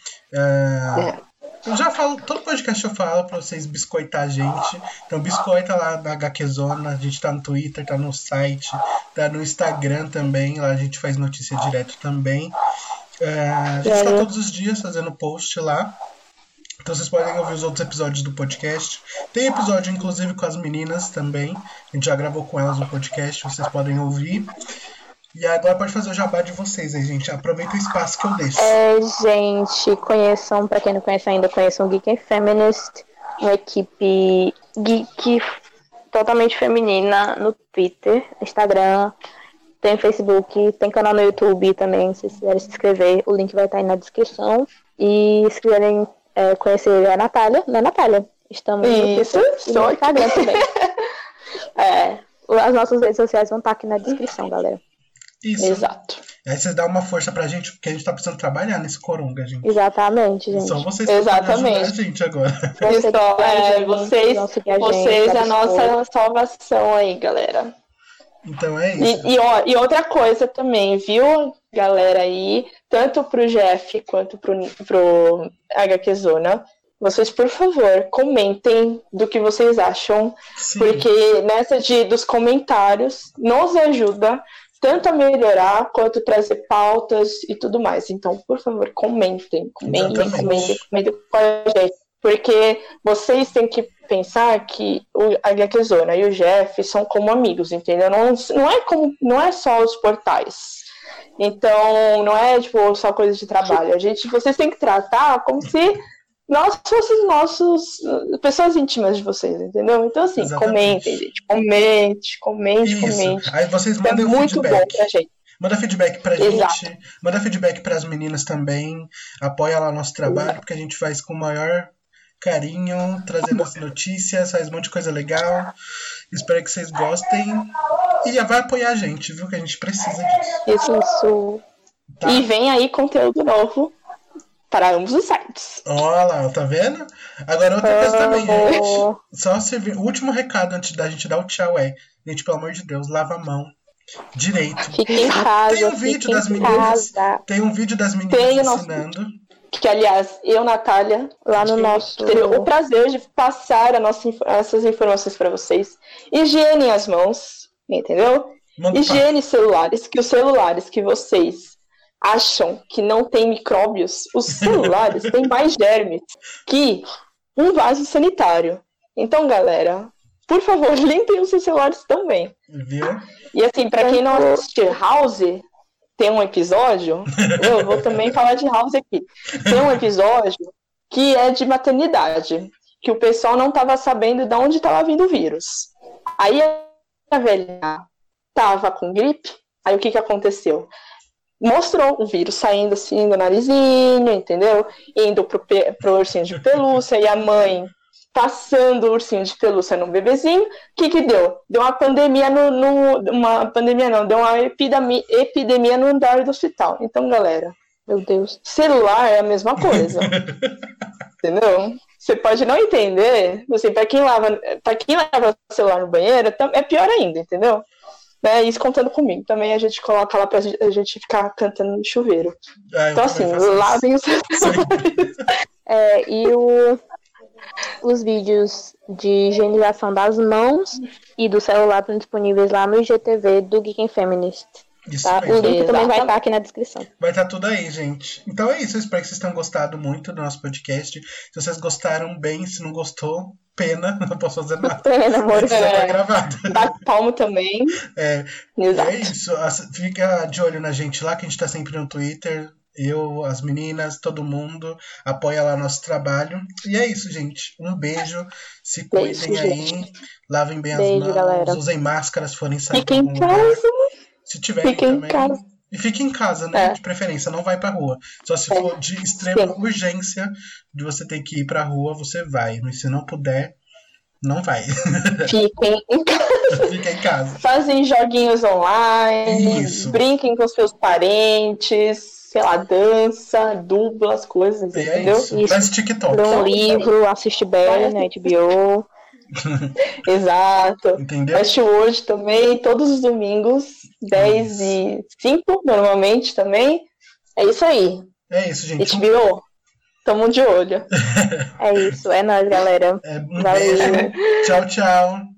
Eu já falo, todo podcast eu falo pra vocês biscoitar a gente. Então biscoita lá na HQzona, a gente tá no Twitter, tá no site, tá no Instagram também, lá a gente faz notícia direto também. A gente tá todos os dias fazendo post lá. Então vocês podem ouvir os outros episódios do podcast. Tem episódio inclusive com as meninas também. A gente já gravou com elas um podcast, vocês podem ouvir. E agora pode fazer o jabá de vocês aí, gente. Aproveita o espaço que eu deixo. Gente, conheçam, pra quem não conhece ainda, conheçam Geek and Feminist, uma equipe geek totalmente feminina no Twitter, Instagram, tem Facebook, tem canal no YouTube também, se vocês quiserem se inscrever, o link vai estar aí na descrição. E se quiserem conhecer a Natália, né, Natália? Estamos no Twitter e no Instagram também. As nossas redes sociais vão estar aqui na descrição, galera. Isso. Exato. Aí vocês dão uma força pra gente, porque a gente tá precisando trabalhar nesse coronga, gente. Exatamente, gente. Só vocês que podem ajudar a gente agora. Vocês é a nossa salvação aí, galera. Então é isso. E outra coisa também, viu, galera aí, tanto pro Jeff quanto pro HQzona, vocês, por favor, comentem do que vocês acham. Sim. Porque nessa dos comentários nos ajuda tanto a melhorar, quanto trazer pautas e tudo mais. Então, por favor, comentem com a gente. Porque vocês têm que pensar que a HQzona e o Jeff são como amigos, entendeu? Não é só os portais. Então, não é só coisa de trabalho. Vocês têm que tratar como se nós fossemos pessoas íntimas de vocês, entendeu? Então, assim, Exatamente. comentem, gente. Comente. Aí vocês É mandem muito feedback. bom pra gente. Manda feedback pra Exato. gente. Manda feedback pras meninas também. Apoia lá nosso trabalho, porque a gente faz com o maior carinho, trazendo as notícias, faz um monte de coisa legal. Espero que vocês gostem. E vai apoiar a gente, viu? Que a gente precisa disso. Isso. Tá? E vem aí conteúdo novo para ambos os sites. Olha lá, tá vendo? Agora outra coisa também, gente. Só servir. O último recado antes da gente dar o tchau é: gente, pelo amor de Deus, lava a mão direito. Fique em casa. Tem um vídeo das meninas. Tem um vídeo das meninas ensinando. Que, aliás, eu, Natália, lá no nosso... Teria o prazer de passar essas informações para vocês. Higiene as mãos, entendeu? Higiene celulares, que os celulares que vocês acham que não tem micróbios, os celulares têm mais germes que um vaso sanitário. Então, galera, por favor, limpem os seus celulares também. Viu? E assim, para quem não assistiu House... Tem um episódio, eu vou também falar de House aqui. Tem um episódio que é de maternidade, que o pessoal não estava sabendo de onde estava vindo o vírus. Aí a velhinha estava com gripe, aí o que aconteceu? Mostrou o vírus saindo assim do narizinho, entendeu? Indo pro ursinho de pelúcia, e a mãe passando o ursinho de pelúcia no bebezinho. O que deu? Deu uma pandemia uma pandemia não, deu uma epidemia no andar do hospital. Então, galera, meu Deus, celular é a mesma coisa. Entendeu? Você pode não entender, assim, pra quem lava celular no banheiro, é pior ainda, entendeu? Né? Isso contando comigo. Também a gente coloca lá pra gente ficar cantando no chuveiro. Então, assim, lavem os celulares. E os vídeos de higienização das mãos e do celular estão disponíveis lá no IGTV do Geek and Feminist. Tá? O link também vai estar aqui na descrição. Vai estar tudo aí, gente. Então é isso. Eu espero que vocês tenham gostado muito do nosso podcast. Se vocês gostaram, bem. Se não gostou, pena. Não posso fazer nada. Pena, amor. Isso vai gravado. Bate palmo também. Exato. É isso. Fica de olho na gente lá, que a gente tá sempre no Twitter. Eu, as meninas, todo mundo apoia lá nosso trabalho. E é isso, gente. Um beijo. Se cuidem aí. Lavem bem as mãos. Galera. Usem máscaras se forem sair. Fiquem em casa. Se tiverem também. E fique em casa, né? De preferência. Não vai pra rua. Só se for de extrema urgência de você ter que ir pra rua, você vai. Mas se não puder, não vai. Fiquem em casa. Fiquem em casa. Fazem joguinhos online. Isso. Brinquem com seus parentes. Sei lá, dança, dubla as coisas, entendeu? Isso. Faz TikTok. Lê um livro, assiste Barry na HBO. Exato. Entendeu? Westworld também, todos os domingos, 10h05, normalmente também. É isso aí. É isso, gente. HBO, tamo de olho. É isso, é nóis, galera. Um beijo. Tchau, tchau.